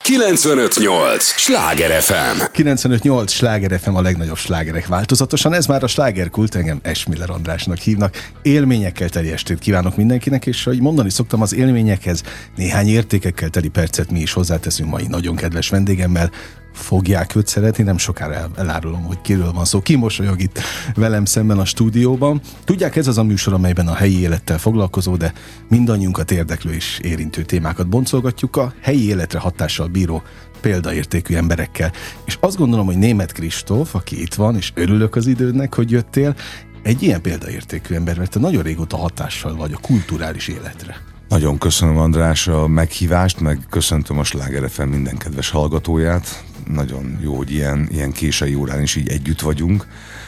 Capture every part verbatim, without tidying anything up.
kilencvenöt nyolc Sláger ef em. kilencvenöt nyolc Sláger ef em, a legnagyobb slágerek változatosan. Ez már a slágerkult, engem Esmiller Andrásnak hívnak. Élményekkel teli estét kívánok mindenkinek, és ahogy mondani szoktam, az élményekhez néhány értékekkel teli percet mi is hozzáteszünk mai nagyon kedves vendégemmel. Fogják őt szeretni, nem sokára el, elárulom, hogy kiről van szó. Ki mosolyog itt velem szemben a stúdióban. Tudják, ez az a műsor, amelyben a helyi élettel foglalkozó, de mindannyiunkat érdeklő és érintő témákat boncolgatjuk a helyi életre hatással bíró példaértékű emberekkel. És azt gondolom, hogy Németh Kristóf, aki itt van, és örülök az idődnek, hogy jöttél, egy ilyen példaértékű ember, mert te nagyon régóta hatással vagy a kulturális életre. Nagyon köszönöm, András, a meghívást, meg köszöntöm a Sláger ef em minden kedves hallgatóját. Nagyon jó, hogy ilyen, ilyen késői órán is így együtt vagyunk.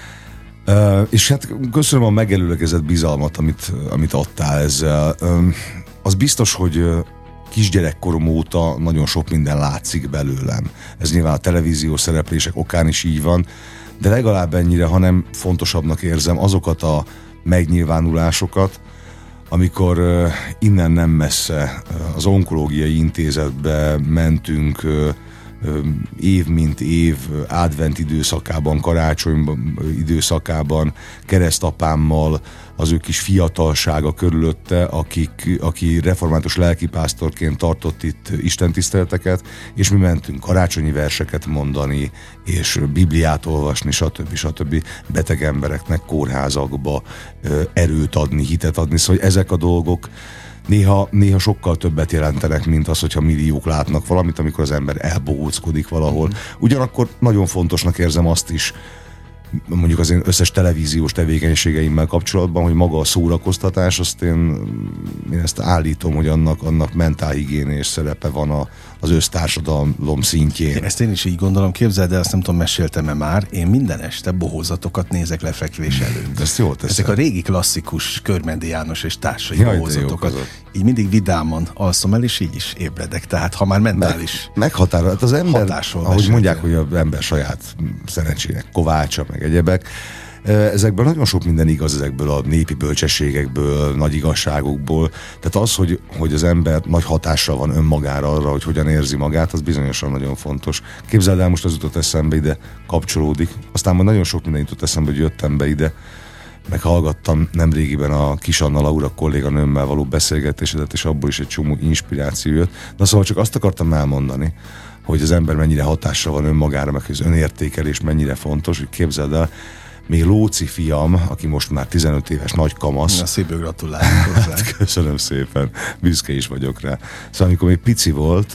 Uh, és hát köszönöm a megelőlegezett bizalmat, amit, amit adtál ezzel. Uh, az biztos, hogy kisgyerekkorom óta nagyon sok minden látszik belőlem. Ez nyilván a televíziós szereplések okán is így van, de legalább ennyire, hanem fontosabbnak érzem azokat a megnyilvánulásokat, amikor uh, innen nem messze uh, az onkológiai intézetbe mentünk uh, uh, év mint év, uh, advent időszakában, karácsony időszakában, keresztapámmal, az ő kis fiatalsága körülötte, akik, aki református lelkipásztorként tartott itt istentiszteleteket, és mi mentünk karácsonyi verseket mondani, és Bibliát olvasni, stb. stb. Beteg embereknek kórházakba erőt adni, hitet adni, szóval ezek a dolgok néha, néha sokkal többet jelentenek, mint az, hogyha milliók látnak valamit, amikor az ember elbohóckodik valahol. Ugyanakkor nagyon fontosnak érzem azt is, mondjuk az én összes televíziós tevékenységeimmel kapcsolatban, hogy maga a szórakoztatás, azt én, én ezt állítom, hogy annak, annak mentálhigiénés szerepe van a, az össztársadalom szintjén. Ezt én is így gondolom, képzeld el, azt nem tudom, meséltem-e már, én minden este bohózatokat nézek lefekvés előtt. Ezt jól teszem. Ezek a régi klasszikus Körmendi János és társai Jaj, bohózatokat. Így mindig vidáman alszom el, és így is ébredek. Tehát ha már mentális Meg, meghatárol, az ember, ahogy meséltem. mondják, hogy az ember saját szerencsének kovácsa, meg egyebek, ezekből nagyon sok minden igaz, ezekből a népi bölcsességekből, nagy igazságokból. Tehát az, hogy, hogy az ember nagy hatással van önmagára arra, hogy hogyan érzi magát, az bizonyosan nagyon fontos. Képzeld el, most az jutott eszembe, ide kapcsolódik. Aztán majd nagyon sok minden jutott eszembe, hogy jöttem be ide, meg hallgattam nemrégiben a Kis Anna Laura kolléganőmmel való beszélgetésedet, és abból is egy csomó inspiráció jött. Na szóval csak azt akartam elmondani, hogy az ember mennyire hatással van önmagára, meg hogy az önértékelés mennyire fontos, hogy képzeld el, még Lóci fiam, aki most már tizenöt éves nagy kamasz. Na, szépen gratulálok hozzá. Köszönöm szépen, büszke is vagyok rá. Szóval amikor még pici volt,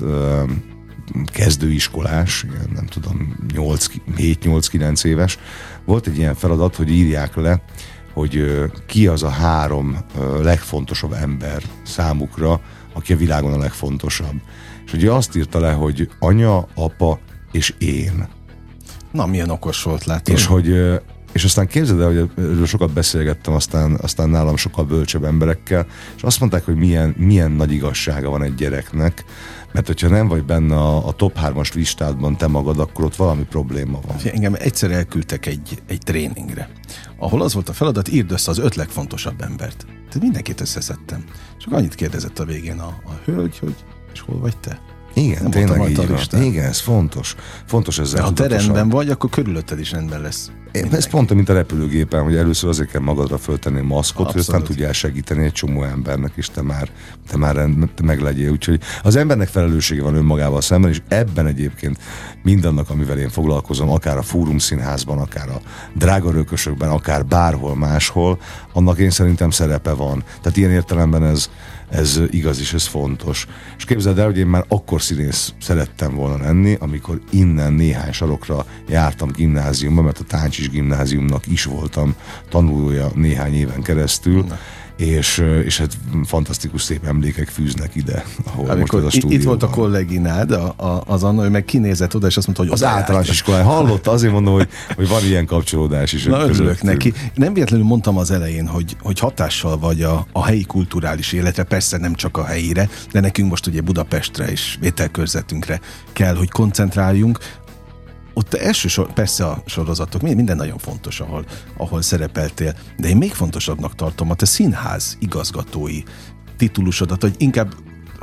kezdőiskolás, nem tudom, hét-nyolc-kilenc éves, volt egy ilyen feladat, hogy írják le, hogy ki az a három legfontosabb ember számukra, aki a világon a legfontosabb. És ugye azt írta le, hogy anya, apa és én. Na, milyen okos volt, látod? És hogy És aztán képzeld el, hogy erről sokat beszélgettem, aztán, aztán nálam sokkal bölcsebb emberekkel, és azt mondták, hogy milyen, milyen nagy igazsága van egy gyereknek, mert hogyha nem vagy benne a, a top hármas listádban te magad, akkor ott valami probléma van. Engem egyszer elküldtek egy, egy tréningre, ahol az volt a feladat, írd össze az öt legfontosabb embert. Tehát mindenkit összeszedtem. Csak annyit kérdezett a végén a, a hölgy, hogy és hol vagy te? Igen, nem tényleg így van. Igen, ez fontos. Fontos ezzel. Ha te rendben vagy, akkor körülötted is rendben lesz. Én, ez pont, mint a repülőgépen, hogy először azért kell magadra föltenni a maszkot, hogy aztán tudjál segíteni egy csomó embernek, és te már, te már rend, te meglegyél. Úgyhogy az embernek felelőssége van önmagával szemben, és ebben egyébként mindannak, amivel én foglalkozom, akár a Fórum Színházban, akár a Drága Rökösökben, akár bárhol máshol, annak én szerintem szerepe van. Tehát ilyen értelemben ez Ez igaz is, ez fontos. És képzeld el, hogy én már akkor színész szerettem volna lenni, amikor innen néhány sarokra jártam gimnáziumba, mert a Táncsis Gimnáziumnak is voltam tanulója néhány éven keresztül, Na. és, és hát fantasztikus szép emlékek fűznek ide, ahol Amikor most ez a itt volt a kolléginád, a, a, az Anna, ő meg kinézett oda, és azt mondta, hogy az általános iskolán hallotta, azért mondom, hogy, hogy van ilyen kapcsolódás is. Na, örülök neki. Nem véletlenül mondtam az elején, hogy, hogy hatással vagy a, a helyi kulturális életre, persze nem csak a helyire, de nekünk most ugye Budapestre és vételkörzetünkre kell, hogy koncentráljunk. Ott elsősorban, persze a sorozatok, minden nagyon fontos, ahol, ahol szerepeltél, de én még fontosabbnak tartom a te színház igazgatói titulusodat, hogy inkább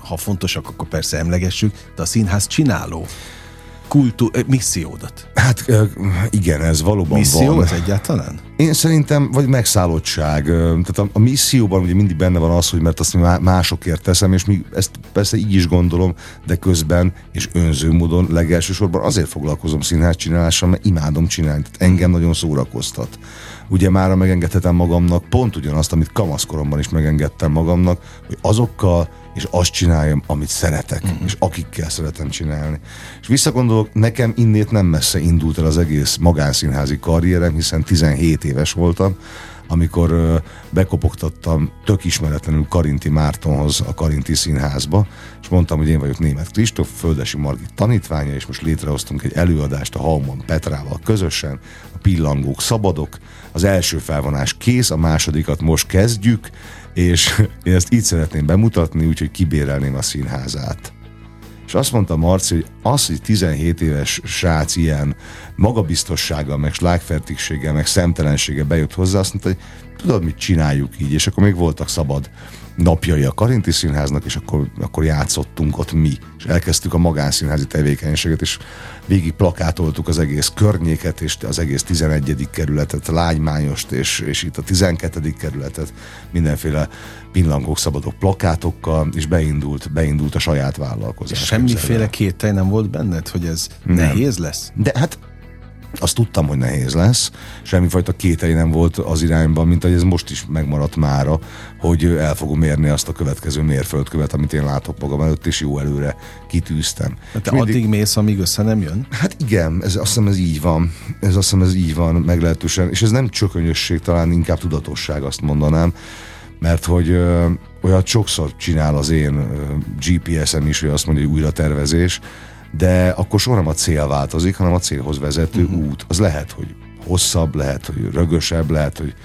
ha fontosak, akkor persze emlegessük, de a színház csináló kultú, missziódat. Hát igen, ez valóban Misszió van. Misszió ez egyáltalán? Én szerintem, vagy megszállottság. Tehát a, a misszióban ugye mindig benne van az, hogy mert azt másokért teszem, és mi ezt persze így is gondolom, de közben és önző módon legelsősorban azért foglalkozom színházcsinálással, mert imádom csinálni. Tehát engem nagyon szórakoztat. Ugye mára megengedhetem magamnak pont ugyanazt, amit kamaszkoromban is megengedtem magamnak, hogy azokkal és azt csináljam, amit szeretek, uh-huh. és akikkel szeretem csinálni. És visszagondolok, nekem innét nem messze indult el az egész magánszínházi karrierem, hiszen tizenhét éves voltam, amikor uh, bekopogtattam tök ismeretlenül Karinti Mártonhoz a Karinti Színházba, és mondtam, hogy én vagyok Németh Kristóf, Földessy Margit tanítványa, és most létrehoztunk egy előadást a Hauman Petrával közösen, a Pillangók szabadok, az első felvonás kész, a másodikat most kezdjük, és én ezt így szeretném bemutatni, úgyhogy kibérelném a színházát. És azt mondta Marci, hogy az, hogy tizenhét éves srác ilyen magabiztossággal, meg slágfertigséggel, meg szemtelenséggel bejött hozzá, azt mondta, hogy tudod, mit csináljuk így, és akkor még voltak szabad napjai a Karinti Színháznak, és akkor, akkor játszottunk ott mi, és elkezdtük a magánszínházi tevékenységet, és végig plakátoltuk az egész környéket, és az egész tizenegyedik kerületet, Lágymányost, és, és itt a tizenkettedik kerületet, mindenféle Pillangók szabadok plakátokkal, és beindult, beindult a saját vállalkozás. És semmiféle kételj nem volt benned, hogy ez nem. nehéz lesz? De hát azt tudtam, hogy nehéz lesz, semmifajta kételj nem volt az irányban, mint ahogy ez most is megmaradt mára, hogy el fogom érni azt a következő mérföldkövet, amit én látok magam előtt, és jó előre kitűztem. Hát te mindig... addig mész, amíg össze nem jön? Hát igen, ez, azt hiszem ez így van. Ez azt hiszem ez így van meglehetősen, és ez nem csökönyösség, talán inkább tudatosság, azt mondanám, mert hogy ö, olyat sokszor csinál az én ö, gé pé es-em is, hogy azt mondja, hogy újra tervezés, de akkor soha nem a cél változik, hanem a célhoz vezető uh-huh. út. Az lehet, hogy hosszabb, lehet, hogy rögösebb, lehet, hogy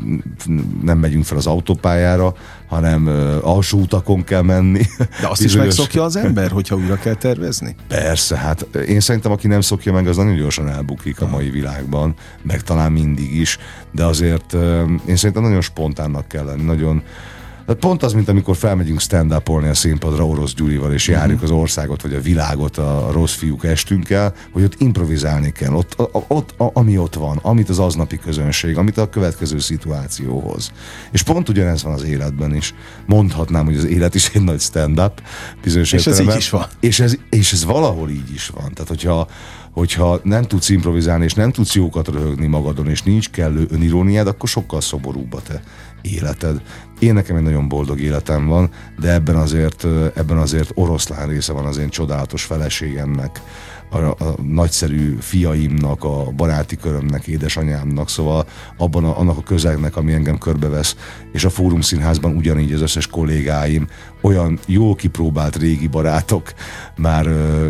nem megyünk fel az autópályára, hanem uh, alsó utakon kell menni. De azt is megszokja az ember, hogyha újra kell tervezni? Persze, hát én szerintem, aki nem szokja meg, az nagyon gyorsan elbukik a mai világban, meg talán mindig is, de azért uh, én szerintem nagyon spontánnak kell lenni, nagyon. Tehát pont az, mint amikor felmegyünk stand-upolni a színpadra Orosz Gyurival, és járjuk uh-huh. az országot, vagy a világot a rossz fiúk estünkkel, hogy ott improvizálni kell, ott, a, ott a, ami ott van, amit az aznapi közönség, amit a következő szituációhoz. És pont ugyanez van az életben is. Mondhatnám, hogy az élet is egy nagy stand-up, bizonyos és ez így is van. És ez, és ez valahol így is van. Tehát, hogyha hogyha nem tudsz improvizálni, és nem tudsz jókat röhögni magadon, és nincs kellő öniróniád, akkor sokkal szoborúbb a te életed. Én nekem egy nagyon boldog életem van, de ebben azért, ebben azért oroszlán része van az én csodálatos feleségemnek, a, a nagyszerű fiaimnak, a baráti körömnek, édesanyámnak, szóval abban a, annak a közegnek, ami engem körbevesz, és a Fórum Színházban ugyanígy az összes kollégáim, olyan jól kipróbált régi barátok, már uh,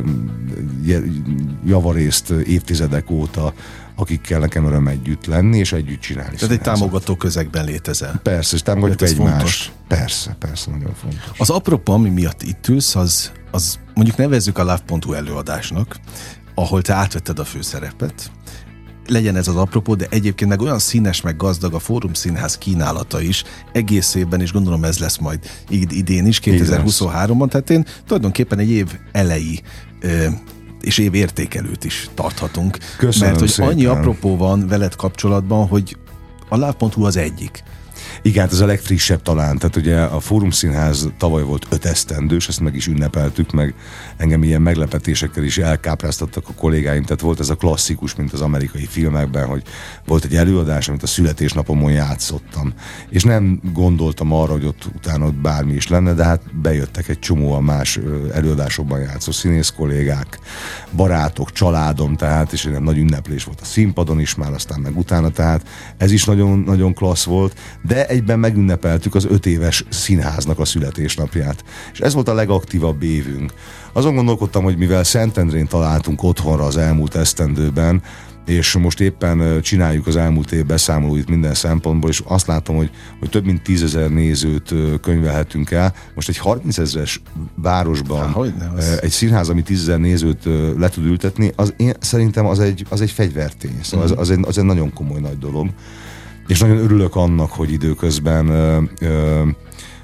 javarészt évtizedek óta, akikkel nekem öröm együtt lenni, és együtt csinálni. Tehát egy támogató közegben létezel. Persze, és támogatjuk egymást. Persze, persze, nagyon fontos. Az apropó, ami miatt itt ülsz, az, az mondjuk nevezzük a Love pont hu előadásnak, ahol te átvetted a főszerepet. Legyen ez az apropó, de egyébként meg olyan színes, meg gazdag a Fórum Színház kínálata is egész évben, és gondolom ez lesz majd idén is, kétezer-huszonháromban, tehát én tulajdonképpen egy év elejé és év értékelőt is tarthatunk. Köszönöm mert hogy szépen. Annyi apropó van veled kapcsolatban, hogy a Love pont hu az egyik. Igen, hát ez a legfrissebb talán. Tehát ugye a Fórum Színház tavaly volt öt esztendős, ezt meg is ünnepeltük, meg engem ilyen meglepetésekkel is elkápráztattak a kollégáim, tehát volt ez a klasszikus, mint az amerikai filmekben, hogy volt egy előadás, amit a születésnapomon játszottam. És nem gondoltam arra, hogy ott utána ott bármi is lenne, de hát bejöttek egy csomóan más előadásokban játszó színész kollégák, barátok, családom, tehát, és egy nagy ünneplés volt a színpadon is már, aztán meg utána, tehát ez is nagyon, nagyon klassz volt, de egyben megünnepeltük az öt éves színháznak a születésnapját. És ez volt a legaktívabb évünk. Azon gondolkodtam, hogy mivel Szentendrén találtunk otthonra az elmúlt esztendőben, és most éppen csináljuk az elmúlt év beszámolóit minden szempontból, és azt látom, hogy, hogy több mint tízezer nézőt könyvelhetünk el. Most egy harmincezres városban Há, az... egy színház, ami tízezer nézőt le tud ültetni, az én szerintem az egy, az egy fegyvertény. Szóval az, az, egy, az egy nagyon komoly nagy dolog. És nagyon örülök annak, hogy időközben ö, ö,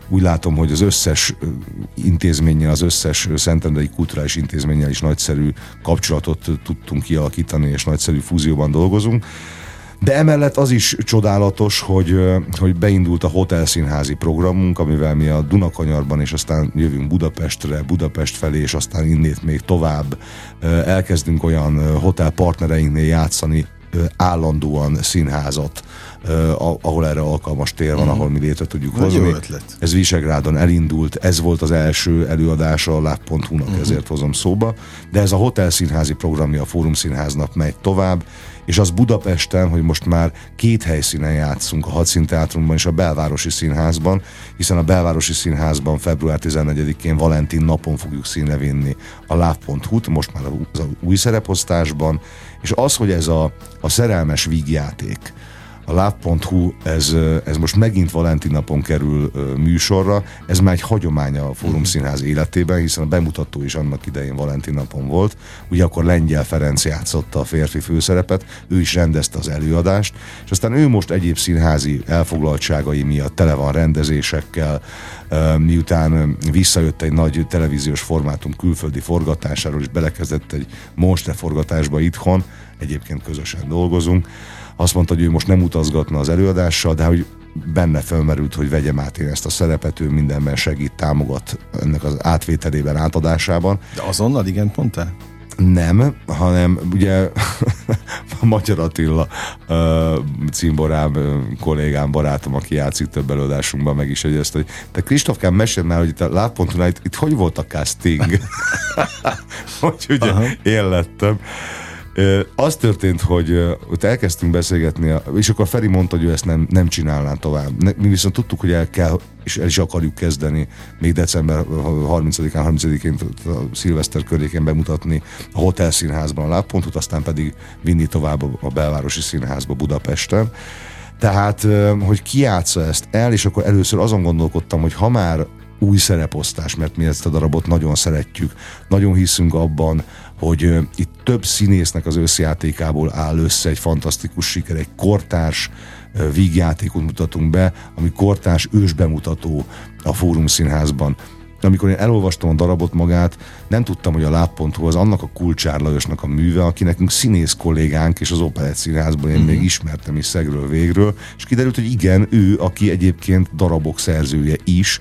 úgy látom, hogy az összes intézménnyel, az összes szentendrei kulturális intézménnyel is nagyszerű kapcsolatot tudtunk kialakítani, és nagyszerű fúzióban dolgozunk. De emellett az is csodálatos, hogy, hogy beindult a hotelszínházi programunk, amivel mi a Dunakanyarban, és aztán jövünk Budapestre, Budapest felé, és aztán innét még tovább elkezdünk olyan hotelpartnereinknél játszani állandóan színházat, ahol erre alkalmas tér van, ahol mi létre tudjuk hozni. Ez Visegrádon elindult, ez volt az első előadása a láv pont hu-nak, uh-huh. ezért hozom szóba, de ez a hotelszínházi programja a Fórum Színháznak megy tovább, és az Budapesten, hogy most már két helyszínen játszunk, a Hadszínteátrumban és a Belvárosi Színházban, hiszen a Belvárosi Színházban február tizennegyedikén Valentin napon fogjuk színre vinni a láv pont hu-t, most már az új szereposztásban, és az, hogy ez a, a szerelmes vígjáték, a láv pont hu, ez, ez most megint Valentin napon kerül műsorra, ez már egy hagyomány a Fórum Színház életében, hiszen a bemutató is annak idején Valentin napon volt. Ugye akkor Lengyel Ferenc játszotta a férfi főszerepet, ő is rendezte az előadást, és aztán ő most egyéb színházi elfoglaltságai miatt tele van rendezésekkel, miután visszajött egy nagy televíziós formátum külföldi forgatásáról, és belekezdett egy monstre forgatásba itthon, egyébként közösen dolgozunk. Azt mondta, hogy ő most nem utazgatna az előadással, de hogy benne felmerült, hogy vegyem át én ezt a szerepet, ő mindenben segít, támogat ennek az átvételében, átadásában. De azonnal igen mondtál? Nem, hanem ugye Magyar Attila cimborám, kollégám, barátom, aki játszik több előadásunkban, meg is egyezte, hogy te Kristófkám, meséld már, hogy itt a láv pont hu-nál itt, itt hogy volt a casting? Hogy ugye aha. én lettem. Az történt, hogy ott elkezdtünk beszélgetni, és akkor Feri mondta, hogy ő ezt nem, nem csinálná tovább. Mi viszont tudtuk, hogy el kell, és el is akarjuk kezdeni még december harmincadikán, harmincadikén a szilveszter környékén bemutatni a Hotel Színházban a láv pont hu-t, aztán pedig vinni tovább a Belvárosi Színházba Budapesten. Tehát, hogy ki játsza ezt el, és akkor először azon gondolkodtam, hogy ha már új szereposztás, mert mi ezt a darabot nagyon szeretjük, nagyon hiszünk abban, hogy uh, itt több színésznek az összjátékából áll össze egy fantasztikus siker, egy kortárs uh, vígjátékot mutatunk be, ami kortárs ősbemutató a Fórum Színházban. Amikor én elolvastam a darabot magát, nem tudtam, hogy a láv pont hu az annak a Kulcsár Lajosnak a műve, aki nekünk színész kollégánk, és az Operett Színházban én mm-hmm. még ismertem is szegről végről, és kiderült, hogy igen, ő, aki egyébként darabok szerzője is.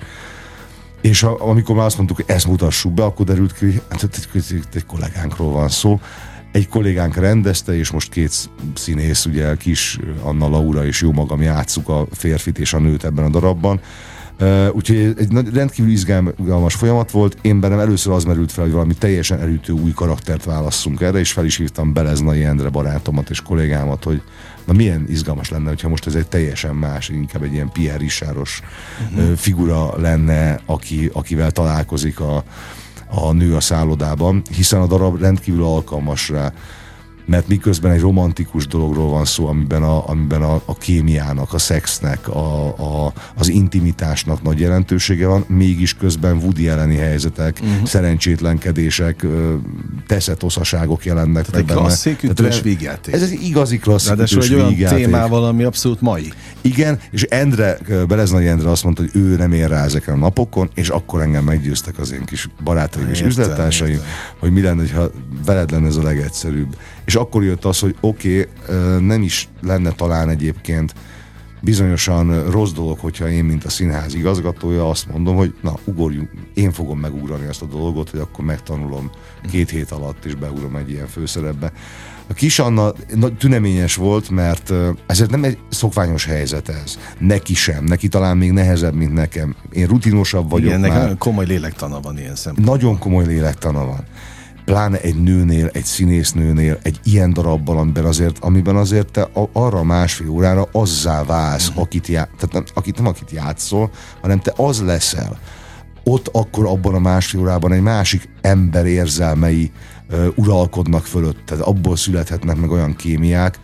És a, amikor már azt mondtuk, hogy ezt mutassuk be, akkor derült ki, hogy hát egy, egy kollégánkról van szó. Egy kollégánk rendezte, és most két színész, ugye Kis Anna Laura és jó magam játsszuk a férfit és a nőt ebben a darabban. Uh, úgyhogy egy rendkívül izgalmas folyamat volt. Én bennem először az merült fel, hogy valami teljesen elütő új karaktert válasszunk erre, és fel is hívtam Beleznai Endre barátomat és kollégámat, hogy na milyen izgalmas lenne, hogyha most ez egy teljesen más, inkább egy ilyen Pierre Richardos uh-huh. uh, figura lenne, aki, akivel találkozik a, a nő a szállodában, hiszen a darab rendkívül alkalmas rá, mert miközben egy romantikus dologról van szó, amiben a, amiben a, a kémiának, a szexnek, a, a, az intimitásnak nagy jelentősége van, mégis közben Woody Alleni helyzetek, uh-huh. szerencsétlenkedések, teszetoszaságok jelennek meg benne. Klasszik, ütős vígjáték. Ez egy igazi klasszikus ütős vígjáték. Ráadásul egy olyan témával, ami abszolút mai. Igen, és Endre, Beleznai Endre azt mondta, hogy ő nem ér rá ezeken a napokon, és akkor engem meggyőztek az én kis barátaim és üzlettársaim, hogy mi lenne, ha veled lenne ez a legegyszerűbb. És akkor jött az, hogy oké, okay, nem is lenne talán egyébként bizonyosan rossz dolog, hogyha én, mint a színház igazgatója azt mondom, hogy na, ugorjunk, én fogom megugrani ezt a dolgot, hogy akkor megtanulom két hét alatt, és beugrom egy ilyen főszerepbe. A Kis Anna tüneményes volt, mert ezért nem egy szokványos helyzet ez. Neki sem. Neki talán még nehezebb, mint nekem. Én rutinosabb vagyok. Igen, már. Nekem komoly lélektana van ilyen szempontból. Nagyon komoly lélektana van. Pláne egy nőnél, egy színésznőnél, egy ilyen darabban, amiben azért, amiben azért te arra másfél órára azzá válsz, uh-huh. akit, já, tehát nem, akit nem akit játszol, hanem te az leszel. Ott akkor abban a másfél órában egy másik ember érzelmei uh, uralkodnak fölött, tehát abból születhetnek meg olyan kémiák,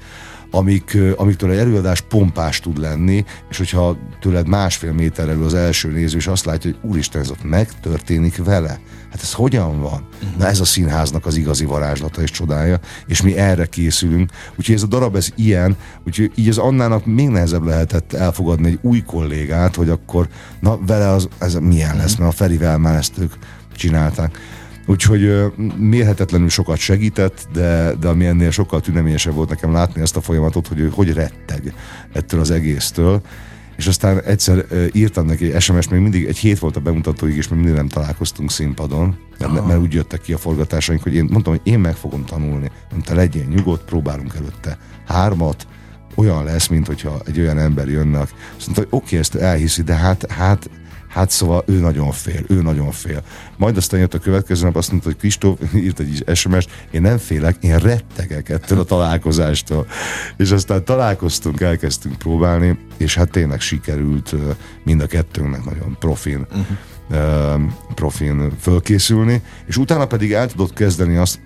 amik, amiktől egy előadás pompás tud lenni, és hogyha tőled másfél méterrel az első néző, és azt látja, hogy úristen, ez ott megtörténik vele. Hát ez hogyan van? Uh-huh. Na ez a színháznak az igazi varázslata és csodája, és mi erre készülünk. Úgyhogy ez a darab, ez ilyen, úgyhogy így az Annának még nehezebb lehetett elfogadni egy új kollégát, hogy akkor, na vele az, ez milyen lesz, mert a Ferivel már ezt ők csinálták. Úgyhogy uh, mérhetetlenül sokat segített, de, de ami ennél sokkal tüneményesebb volt nekem látni ezt a folyamatot, hogy ő hogy retteg ettől az egésztől. És aztán egyszer uh, írtam neki egy es em es, még mindig egy hét volt a bemutatóig, és még mindig nem találkoztunk színpadon, mert, mert úgy jöttek ki a forgatásaink, hogy én mondtam, hogy én meg fogom tanulni. Mondta, legyél nyugodt, próbálunk előtte hármat, olyan lesz, mint hogyha egy olyan ember jönne. Azt mondta, hogy oké, okay, ezt elhiszi, de hát, hát Hát szóval ő nagyon fél, ő nagyon fél. Majd aztán jött a következő nap, azt mondta, hogy Kristóf írt egy es em es-t, én nem félek, én rettegek ettől a találkozástól. És aztán találkoztunk, elkezdtünk próbálni, és hát tényleg sikerült mind a kettőnknek nagyon profin, uh-huh. profin fölkészülni, és utána pedig el tudott kezdeni azt,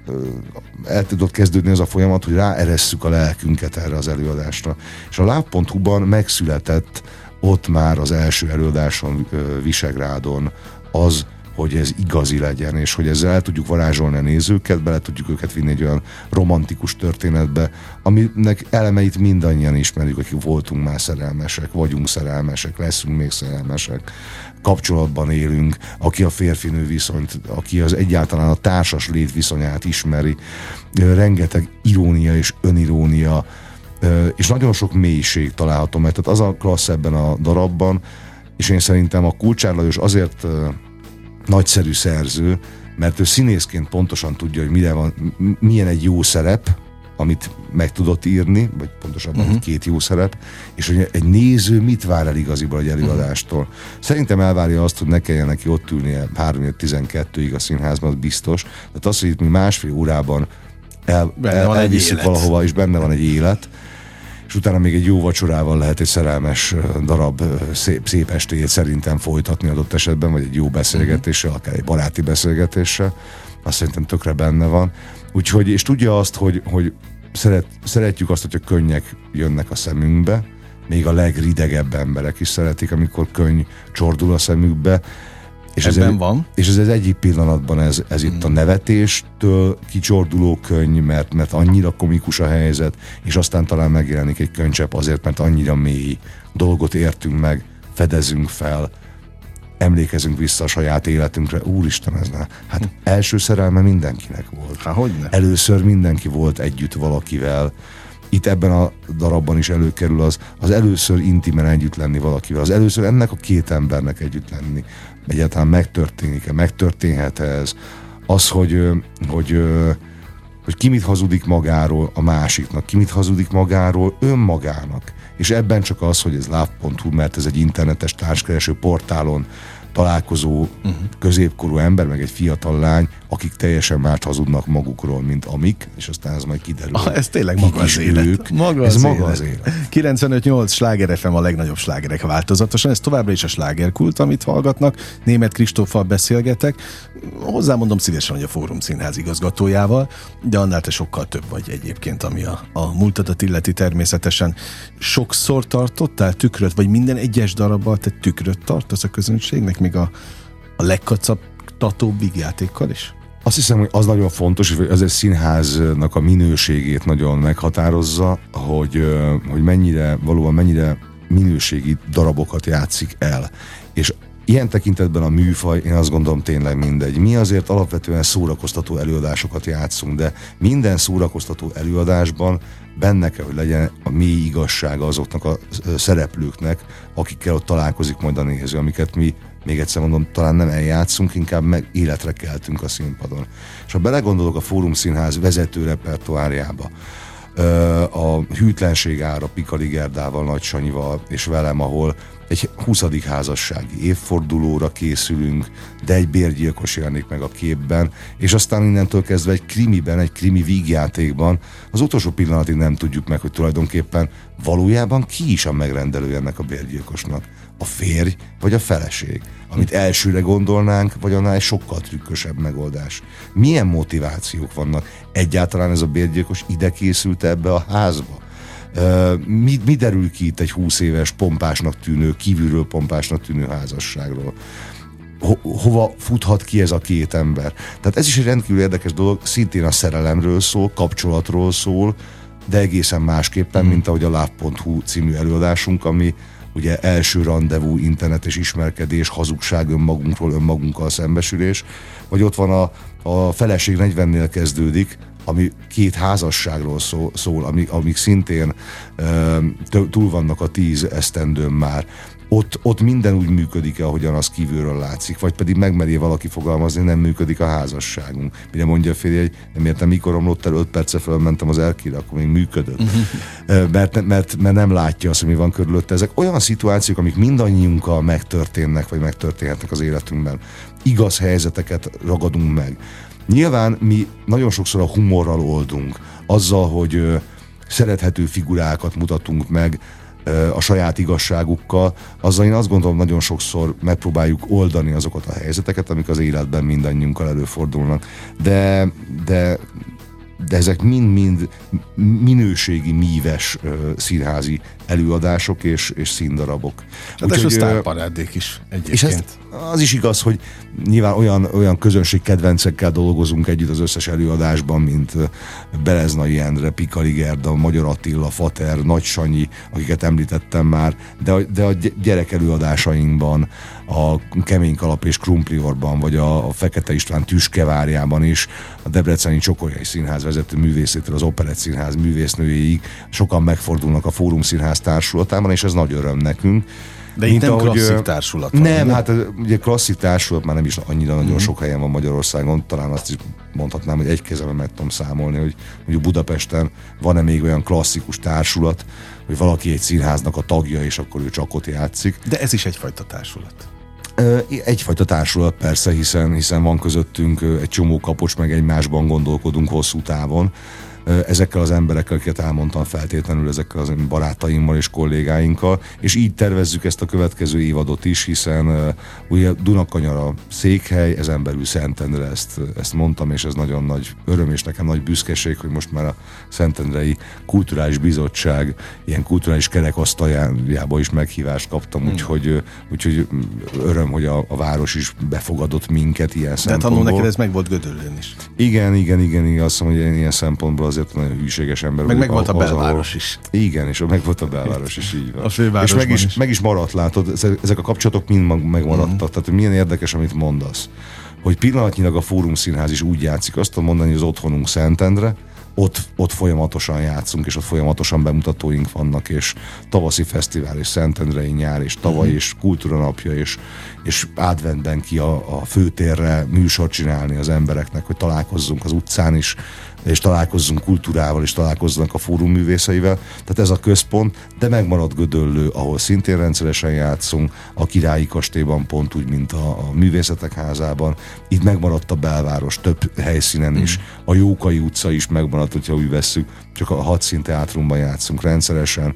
el tudott kezdődni az a folyamat, hogy ráeresszük a lelkünket erre az előadásra. És a láv pont hu-ban megszületett ott már az első előadáson Visegrádon az, hogy ez igazi legyen, és hogy ezzel el tudjuk varázsolni a nézőket, bele tudjuk őket vinni egy olyan romantikus történetbe, aminek elemeit mindannyian ismerjük, akik voltunk már szerelmesek, vagyunk szerelmesek, leszünk még szerelmesek, kapcsolatban élünk, aki a férfinő viszonyt, aki az egyáltalán a társas lét viszonyát ismeri, rengeteg irónia és önirónia, és nagyon sok mélység található, mert tehát az a klassz ebben a darabban, és én szerintem a Kulcsár Lajos azért uh, nagyszerű szerző, mert ő színészként pontosan tudja, hogy mire van, milyen egy jó szerep, amit meg tudott írni, vagy pontosabban uh-huh. két jó szerep, és hogy egy néző mit vár el igaziból egy előadástól. Uh-huh. Szerintem elvárja azt, hogy ne kelljen neki ott ülnie három tizenkettőig a színházban, az biztos. Tehát az, hogy itt mi másfél órában el, el, elviszük valahova, és benne van egy élet, és utána még egy jó vacsorával lehet egy szerelmes darab szép, szép estéjét szerintem folytatni adott esetben, vagy egy jó beszélgetéssel, akár egy baráti beszélgetéssel, azt szerintem tökre benne van. Úgyhogy, és tudja azt, hogy, hogy szeret, szeretjük azt, hogy a könnyek jönnek a szemünkbe, még a legridegebb emberek is szeretik, amikor könny csordul a szemükbe, és ez, egy, van. és ez az egyik pillanatban ez, ez itt a nevetéstől kicsorduló könny, mert, mert annyira komikus a helyzet, és aztán talán megjelenik egy könycsepp azért, mert annyira mély dolgot értünk meg, fedezünk fel, emlékezünk vissza a saját életünkre. Úristen, ez ne. Hát első szerelme mindenkinek volt. Há, hogyne? Először mindenki volt együtt valakivel. Itt ebben a darabban is előkerül az, az először intimen együtt lenni valakivel, az először ennek a két embernek együtt lenni. Egyáltalán megtörténik-e, megtörténhet ez, az, hogy, hogy, hogy ki mit hazudik magáról a másiknak, ki mit hazudik magáról önmagának. És ebben csak az, hogy ez láv pont hu, mert ez egy internetes társkereső portálon találkozó uh-huh. középkorú ember, meg egy fiatal lány, akik teljesen mást hazudnak magukról, mint amik, és aztán ez majd kiderül. Ah, ez tényleg maga az élet. Ők. Maga ez az maga élet. az élet. kilencvenöt nyolc Sláger ef em a legnagyobb slágerek változatosan. Ez továbbra is a slágerkult, amit hallgatnak. Németh Kristóffal beszélgetek. Hozzámondom szívesen, hogy a Fórum Színház igazgatójával, de annál te sokkal több vagy egyébként, ami a, a múltadat illeti természetesen. Sokszor tartottál tükröt, vagy minden egyes darabban te tükröt tartasz a közönségnek, még a, a legkacaptatóbb vígjátékkal is? Azt hiszem, hogy az nagyon fontos, hogy az egy színháznak a minőségét nagyon meghatározza, hogy, hogy mennyire, valóban mennyire minőségi darabokat játszik el. És ilyen tekintetben a műfaj, én azt gondolom tényleg mindegy. Mi azért alapvetően szórakoztató előadásokat játszunk, de minden szórakoztató előadásban benne kell, hogy legyen a mély igazsága azoknak a szereplőknek, akikkel ott találkozik majd a néző, amiket mi, még egyszer mondom, talán nem eljátszunk, inkább meg életre keltünk a színpadon. És ha belegondolok a Fórum Színház vezető repertoárjába, a Hűtlenség ára Pikali Gerdával, Nagy Sanyival és velem, ahol egy huszadik házassági évfordulóra készülünk, de egy bérgyilkos jelenik meg a képben, és aztán innentől kezdve egy krimiben, egy krimi vígjátékban az utolsó pillanatig nem tudjuk meg, hogy tulajdonképpen valójában ki is a megrendelő ennek a bérgyilkosnak. A férj vagy a feleség, amit elsőre gondolnánk, vagy annál egy sokkal trükkösebb megoldás. Milyen motivációk vannak? Egyáltalán ez a bérgyilkos ide készült ebbe a házba? Mi, mi derül ki itt egy húsz éves pompásnak tűnő, kívülről pompásnak tűnő házasságról? Ho- hova futhat ki ez a két ember? Tehát ez is egy rendkívül érdekes dolog, szintén a szerelemről szól, kapcsolatról szól, de egészen másképpen, mm. mint ahogy a love pont hu című előadásunk, ami ugye első randevú, internetes ismerkedés, hazugság, önmagunkról, önmagunkkal szembesülés, vagy ott van a, a Feleség negyvennél kezdődik, ami két házasságról szól, szól amik, amik szintén e, túl vannak a tíz esztendőn már. Ott, ott minden úgy működik, ahogyan az kívülről látszik, vagy pedig megmeri valaki fogalmazni, nem működik a házasságunk. Ugye mondja a férje, hogy nem értem, mikor romlott el, öt perce fölmentem az Erkére, akkor még működött. Uh-huh. Mert, mert, mert nem látja azt, hogy mi van körülötte. Ezek olyan szituációk, amik mindannyiunkkal megtörténnek, vagy megtörténhetnek az életünkben. Igaz helyzeteket ragadunk meg. Nyilván mi nagyon sokszor a humorral oldunk, azzal, hogy ö, szerethető figurákat mutatunk meg ö, a saját igazságukkal, azzal én azt gondolom, nagyon sokszor megpróbáljuk oldani azokat a helyzeteket, amik az életben mindannyiunkkal előfordulnak. De, de, de ezek mind-mind minőségi, míves ö, színházi előadások és, és színdarabok. Hát ez a sztárparádék is egyébként. És ez, az is igaz, hogy nyilván olyan, olyan közönség kedvencekkel dolgozunk együtt az összes előadásban, mint Beleznai Endre, Pikali Gerda, Magyar Attila, Fater, Nagy Sanyi, akiket említettem már, de a, de a gyerek előadásainkban, a Kemény Kalap és Krumpliorban, vagy a, a Fekete István Tüskevárjában is, a Debreceni Csokolyai Színház vezető művészétől az Operett Színház művésznőjéig sokan megfordulnak a Fórum Színház társulatában, és ez nagy öröm nekünk. De itt nem ahogy, klasszik társulat van. Nem, hát ugye klasszik társulat már nem is annyira nagyon mm-hmm. sok helyen van Magyarországon, talán azt is mondhatnám, hogy egy kezemben meg tudom számolni, hogy mondjuk Budapesten van-e még olyan klasszikus társulat, hogy valaki egy színháznak a tagja, és akkor ő csak ott játszik. De ez is egyfajta társulat. Egyfajta társulat persze, hiszen, hiszen van közöttünk egy csomó kapocs, meg egymásban gondolkodunk hosszú távon. Ezekkel az emberekkel, akiket elmondtam feltétlenül, ezekkel az barátaimmal és kollégáinkkal, és így tervezzük ezt a következő évadot is, hiszen uh, ugye Dunakanyara székhely, ezen belül Szentendre, ezt, ezt mondtam, és ez nagyon nagy öröm, és nekem nagy büszkeség, hogy most már a Szentendrei Kulturális Bizottság ilyen kulturális kerekasztaljába is meghívást kaptam, hmm. úgyhogy, úgyhogy öröm, hogy a, a város is befogadott minket ilyen szempontból. Tehát annól neked ez meg volt Gödöllőn is. Igen, igen, igen, igen, azt mondom, hogy ilyen szempontból azért nagyon hűséges ember. Meg meg volt a belváros ahol... is. Igen, és meg volt a belváros is, így van. A fővárosban és meg is, is. meg is maradt, látod, ezek a kapcsolatok mind megmaradtak. Mm. Tehát milyen érdekes, amit mondasz. Hogy pillanatnyilag a Fórum Színház is úgy játszik, azt tudom mondani, hogy az otthonunk Szentendre, ott, ott folyamatosan játszunk, és ott folyamatosan bemutatóink vannak, és tavaszi fesztivál, és Szentendrei nyár, és tavaly, mm. és kultúranapja, és, és adventben ki a, a főtérre műsort csinálni az embereknek, hogy találkozzunk az utcán is, és találkozzunk kultúrával, és találkozzanak a fórum művészeivel. Tehát ez a központ, de megmaradt Gödöllő, ahol szintén rendszeresen játszunk, a Királyi Kastélyban pont úgy, mint a, a Művészetek Házában. Itt megmaradt a belváros több helyszínen is. Mm. A Jókai utca is megmaradt, hogyha úgy vesszük, csak a Hadszín Teátrumban játszunk rendszeresen.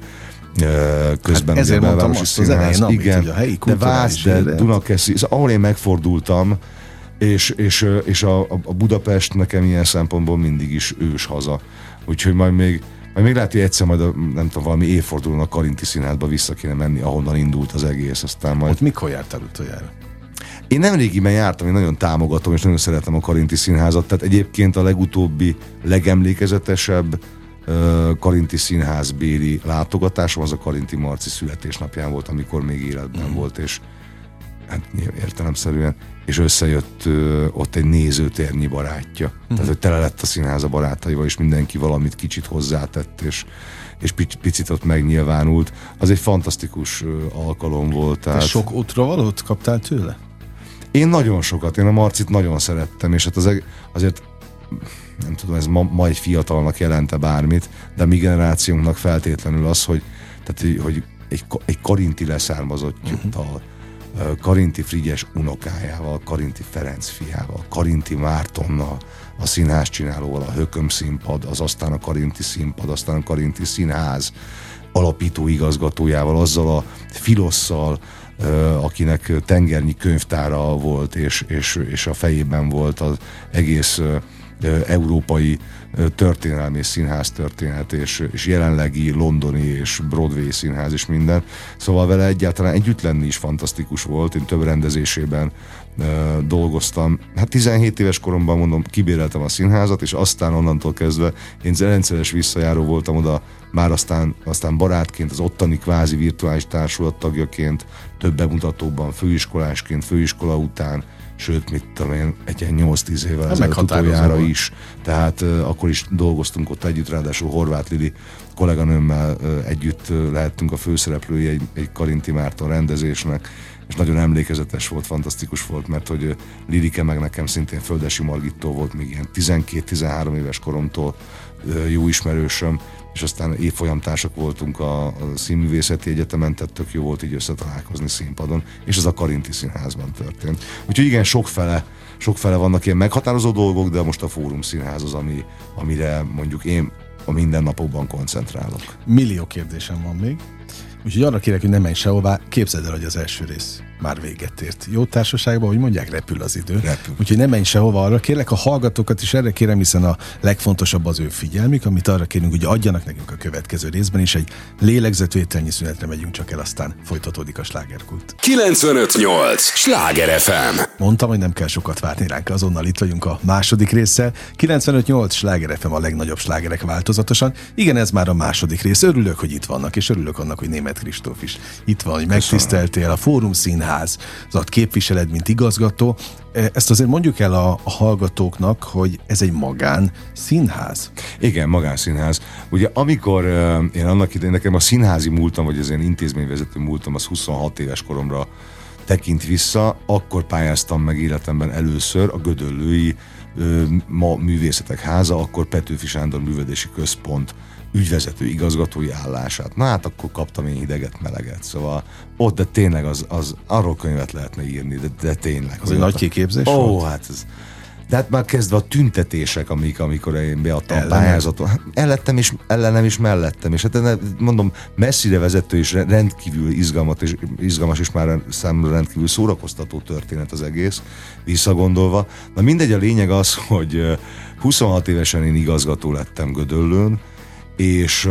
Közben hát ezért a mondtam azt az elején, amit, igen, a helyi de Vász, de Dunakeszi, ahol én megfordultam, és, és, és a, a Budapest nekem ilyen szempontból mindig is ős haza. Úgyhogy majd még, majd még lehet, hogy egyszer majd a, nem tudom, valami évfordulón a Karinti Színházba vissza kéne menni, ahonnan indult az egész. Aztán majd... Ott mikor jártál utoljára? Én nemrégiben jártam, én nagyon támogatom, és nagyon szeretem a Karinti Színházat, tehát egyébként a legutóbbi, legemlékezetesebb uh, Karinti Színház béli látogatásom az a Karinti Marci születésnapján volt, amikor még életben mm. volt, és hát értelemszerűen, és összejött ö, ott egy nézőtérnyi barátja. Uh-huh. Tehát, hogy tele lett a színház a barátaival, és mindenki valamit kicsit hozzátett, és, és picit ott megnyilvánult. Az egy fantasztikus ö, alkalom volt. Tehát... Te sok útravalót kaptál tőle? Én nagyon sokat, én a Marcit nagyon szerettem, és hát az, azért nem tudom, ez ma, ma egy fiatalnak jelente bármit, de a mi generációnknak feltétlenül az, hogy, tehát, hogy egy, egy karinti leszármazotttal, uh-huh. Karinti Frigyes unokájával, Karinti Ferenc fiával, Karinti Mártonnal, a színházcsinálóval, a Hököm színpad, az aztán a Karinti színpad, aztán a Karinti Színház alapító igazgatójával, azzal a Filosszal, akinek tengernyi könyvtára volt, és, és, és a fejében volt az egész európai történelmi és színház történet, és, és jelenlegi londoni és Broadway színház és minden. Szóval vele egyáltalán együtt lenni is fantasztikus volt. Én több rendezésében uh, dolgoztam. Hát tizenhét éves koromban, mondom, kibéreltem a színházat, és aztán onnantól kezdve én rendszeres visszajáró voltam oda, már aztán, aztán barátként, az ottani kvázi virtuális társulat tagjaként, több bemutatóban, főiskolásként, főiskola után, sőt, mit tudom én, egy ilyen nyolc-tíz évvel ezelőtt utoljára is. Tehát uh, akkor is dolgoztunk ott együtt, ráadásul Horváth Lili kolléganőmmel uh, együtt uh, lehettünk a főszereplői egy, egy Karinti Márton rendezésnek, és nagyon emlékezetes volt, fantasztikus volt, mert hogy uh, Lilike meg nekem szintén Földesi Margittól volt még ilyen tizenkét-tizenhárom éves koromtól uh, jó ismerősöm, és aztán évfolyamtársak voltunk a, a Színművészeti Egyetemen, tehát tök jó volt így összetalálkozni színpadon, és ez a Karinti Színházban történt. Úgyhogy igen, sokfele, sokfele vannak ilyen meghatározó dolgok, de most a Fórum Színház az, ami, amire mondjuk én a mindennapokban koncentrálok. Millió kérdésem van még, úgyhogy arra kérek, hogy ne menj sehová, képzeld el, hogy az első rész már véget ért. Jó társaságban, hogy mondják, repül az idő. Repül. Úgyhogy ne menj sehova, arra kérlek a hallgatókat is erre kérem, hiszen a legfontosabb az ő figyelmük, amit arra kérünk, hogy adjanak nekünk a következő részben, és egy lélegzetvételnyi szünetre megyünk csak el, aztán folytatódik a slágerkult. kilencvenöt nyolc Sláger ef em. Mondtam, hogy nem kell sokat várni ránk, azonnal itt vagyunk a második résszel. kilencvenöt nyolc Sláger ef em, a legnagyobb slágerek változatosan. Igen, ez már a második rész. Örülök, hogy itt vannak, és örülök annak, hogy Németh Kristóf is itt van, hogy megtiszteltél, a Fórum Színház az képviseled, mint igazgató. Ezt azért mondjuk el a, a hallgatóknak, hogy ez egy magán színház. Igen, magánszínház. Ugye amikor uh, én annak idején, nekem a színházi múltam, vagy az én intézményvezető múltam, az huszonhat éves koromra tekint vissza, akkor pályáztam meg életemben először a Gödöllői uh, ma Művészetek Háza, akkor Petőfi Sándor Művelődési Központ ügyvezető igazgatói állását. Na hát akkor kaptam én hideget, meleget. Szóval ott, de tényleg az, az arról könyvet lehetne írni, de, de tényleg. Az egy nagy kiképzés Ó, volt? hát ez... De hát már kezdve a tüntetések, amik, amikor én beadtam a pályázatot. Hát ellettem is, ellenem is mellettem. És hát mondom, messzire vezető és rendkívül izgalmas, és, izgalmas és már számomra rendkívül szórakoztató történet az egész, visszagondolva. Na mindegy, a lényeg az, hogy huszonhat évesen én igazgató lettem Gödöllőn, és,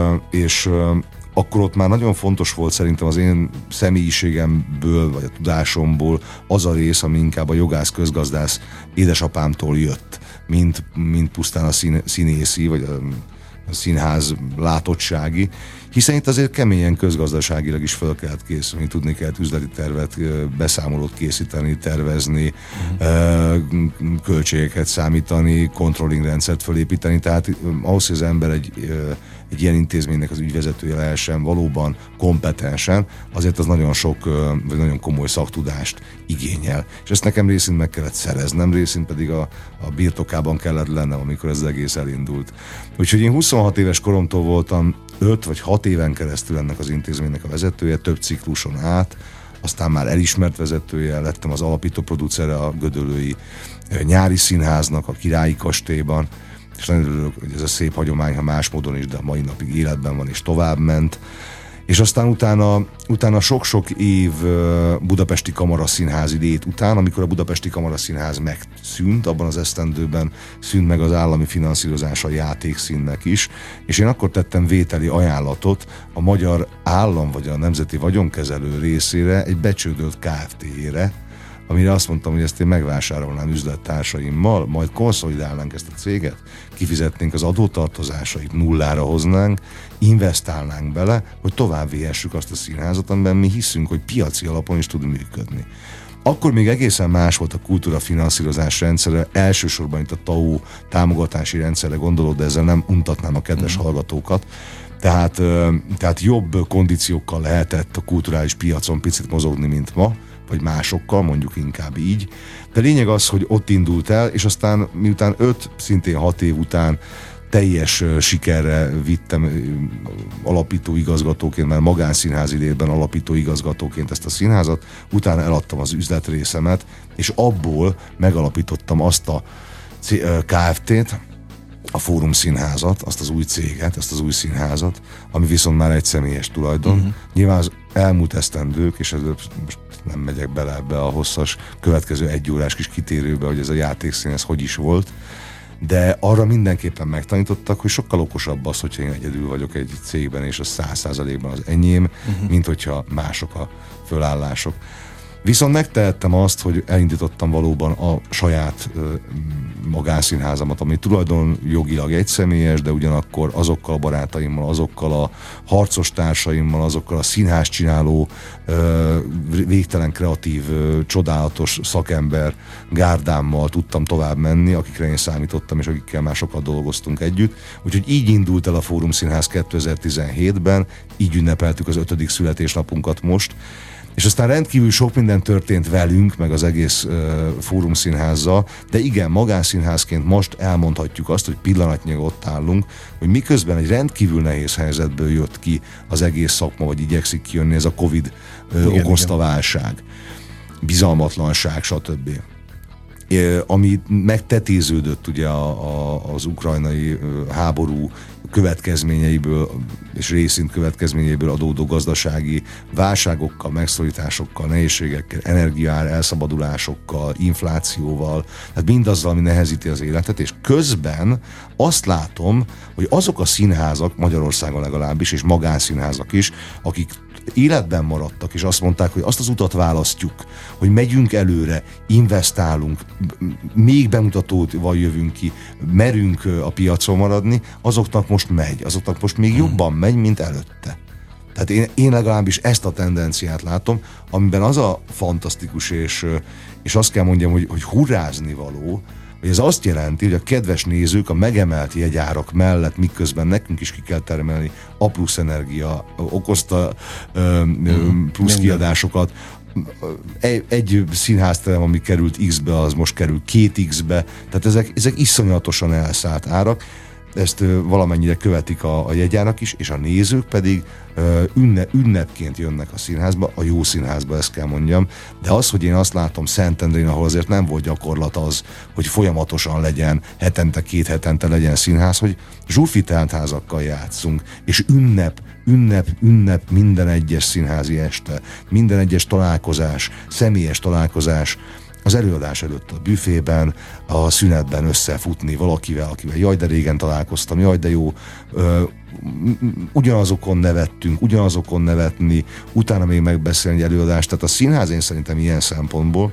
és akkor ott már nagyon fontos volt szerintem az én személyiségemből, vagy a tudásomból az a rész, ami inkább a jogász, közgazdász édesapámtól jött, mint, mint pusztán a szín, színészi, vagy a, a színház látottsági, hiszen itt azért keményen közgazdaságilag is fel kellett készülni, tudni kellett üzleti tervet, beszámolót készíteni, tervezni, mm. költségeket számítani, controlling rendszert fölépíteni, tehát ahhoz, hogy az ember egy, egy ilyen intézménynek az ügyvezetője lehessen valóban kompetensen, azért az nagyon sok, vagy nagyon komoly szaktudást igényel. És ezt nekem részint meg kellett szereznem, részint pedig a, a birtokában kellett lennem, amikor ez az egész elindult. Úgyhogy én huszonhat éves koromtól voltam öt vagy hat éven keresztül ennek az intézménynek a vezetője, több cikluson át, aztán már elismert vezetője, lettem az alapító producere a Gödöllői Nyári Színháznak, a Királyi Kastélyban, és nagyon örülök, hogy ez a szép hagyomány, ha más módon is, de a mai napig életben van és tovább ment. És aztán utána, utána sok-sok év budapesti kamaraszínházi lét után, amikor a budapesti kamaraszínház megszűnt, abban az esztendőben szűnt meg az állami finanszírozása a játékszínnek is, és én akkor tettem vételi ajánlatot a magyar állam vagy a nemzeti vagyonkezelő részére egy becsődölt Kft-ére, amire azt mondtam, hogy ezt én megvásárolnám üzlettársaimmal, majd konszolidálnánk ezt a céget, kifizetnénk az adótartozásait, nullára hoznánk, investálnánk bele, hogy tovább vihessük azt a színházat, amiben mi hiszünk, hogy piaci alapon is tud működni. Akkor még egészen más volt a kultúra finanszírozás rendszere, elsősorban itt a té á u támogatási rendszerre gondolok, de ezzel nem untatnám a kedves mm. hallgatókat. Tehát, tehát jobb kondíciókkal lehetett a kulturális piacon picit mozogni, mint ma, vagy másokkal, mondjuk inkább így. De lényeg az, hogy ott indult el, és aztán miután öt, szintén hat év után teljes sikerre vittem alapító igazgatóként, mert magánszínházi létben alapító igazgatóként ezt a színházat, utána eladtam az üzletrészemet, és abból megalapítottam azt a Kft-t, a Fórum Színházat, azt az új céget, ezt az új színházat, ami viszont már egy személyes tulajdon. Uh-huh. Nyilván az elmúlt esztendők, és ez most nem megyek bele ebbe a hosszas, következő egy órás kis kitérőbe, hogy ez a játékszín, ez hogy is volt. de arra mindenképpen megtanítottak, hogy sokkal okosabb az, hogyha én egyedül vagyok egy cégben, és a száz százalékban az enyém, uh-huh. mint hogyha mások a fölállások. Viszont megtehettem azt, hogy elindítottam valóban a saját ö, magánszínházamat, ami tulajdonjogilag egyszemélyes, de ugyanakkor azokkal a barátaimmal, azokkal a harcos társaimmal, azokkal a színház csináló, ö, végtelen kreatív, ö, csodálatos szakember gárdámmal tudtam tovább menni, akikre én számítottam, és akikkel már sokat dolgoztunk együtt. Úgyhogy így indult el a Fórum Színház kétezer-tizenhétben, így ünnepeltük az ötödik születésnapunkat most, és aztán rendkívül sok minden történt velünk, meg az egész uh, Fórum Színházzal, de igen, magánszínházként most elmondhatjuk azt, hogy pillanatnyilag ott állunk, hogy miközben egy rendkívül nehéz helyzetből jött ki az egész szakma, vagy igyekszik kijönni ez a Covid uh, igen, okozta igen. válság, bizalmatlanság, stb. É, ami megtetéződött ugye a, a, az ukrajnai uh, háború következményeiből és részint következményeiből adódó gazdasági válságokkal, megszorításokkal, nehézségekkel, energiaár elszabadulásokkal, inflációval, tehát mindazzal, ami nehezíti az életet, és közben azt látom, hogy azok a színházak, Magyarországon legalábbis, és magánszínházak is, akik életben maradtak, és azt mondták, hogy azt az utat választjuk, hogy megyünk előre, investálunk, még bemutatóval jövünk ki, merünk a piacon maradni, azoknak most megy, azoknak most még jobban megy, mint előtte. Tehát én, én legalábbis ezt a tendenciát látom, amiben az a fantasztikus, és, és azt kell mondjam, hogy, hogy hurrázni való, hogy ez azt jelenti, hogy a kedves nézők a megemelt jegyárak mellett, miközben nekünk is ki kell termelni a plusz energia, okozta ö, ö, plusz kiadásokat, egy, egy színházterem, ami került X-be, az most kerül két X-be, tehát ezek, ezek iszonyatosan elszállt árak, ezt ö, valamennyire követik a, a jegyárak is, és a nézők pedig ö, ünne, ünnepként jönnek a színházba, a jó színházba, ezt kell mondjam, de az, hogy én azt látom Szentendrén, ahol azért nem volt gyakorlat az, hogy folyamatosan legyen, hetente, két hetente legyen színház, hogy zsúfi teltházakkal játszunk, és ünnep, ünnep, ünnep minden egyes színházi este, minden egyes találkozás, személyes találkozás, az előadás előtt a büfében, a szünetben összefutni valakivel, akivel jaj, de régen találkoztam, jaj, de jó, ö, ugyanazokon nevettünk, ugyanazokon nevetni, utána még megbeszélni egy előadást. Tehát a színház én szerintem ilyen szempontból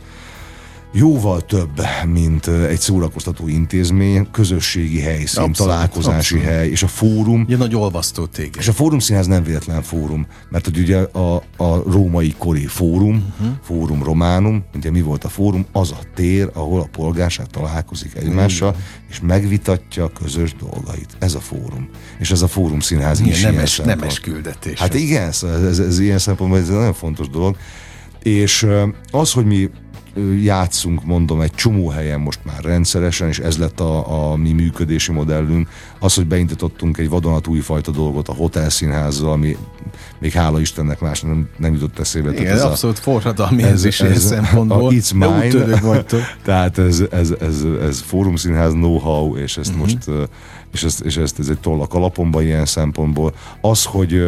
jóval több, mint egy szórakoztató intézmény, közösségi helyszín, abszolút, találkozási abszolút. hely, és a fórum. Ilyen nagy olvasztó téged. És a Fórum Színház nem véletlen fórum, mert hogy ugye a, a római kori fórum, uh-huh. Fórum Románum, ugye mi volt a fórum? Az a tér, ahol a polgárság találkozik egymással, uh-huh. és megvitatja a közös dolgait. Ez a fórum. És ez a Fórum Színház igen, is nemes, ilyen nemes küldetés. Hát igen, ez, ez, ez ilyen szempontból ez egy nagyon fontos dolog. És az, hogy mi játszunk, mondom, egy csomó helyen most már rendszeresen, és ez lett a, a mi működési modellünk. Az, hogy beindítottunk egy vadonatújfajta dolgot a Hotel Színházzal, ami még hála Istennek más nem, nem jutott eszébe. Igen, ez abszolút a, forradalmi ez, ez, ez szempontból. It's mine. Tehát ez, ez, ez, ez Fórum Színház know-how, és ezt uh-huh. most, és ezt, és ezt ez egy tollak alapomban ilyen szempontból. Az, hogy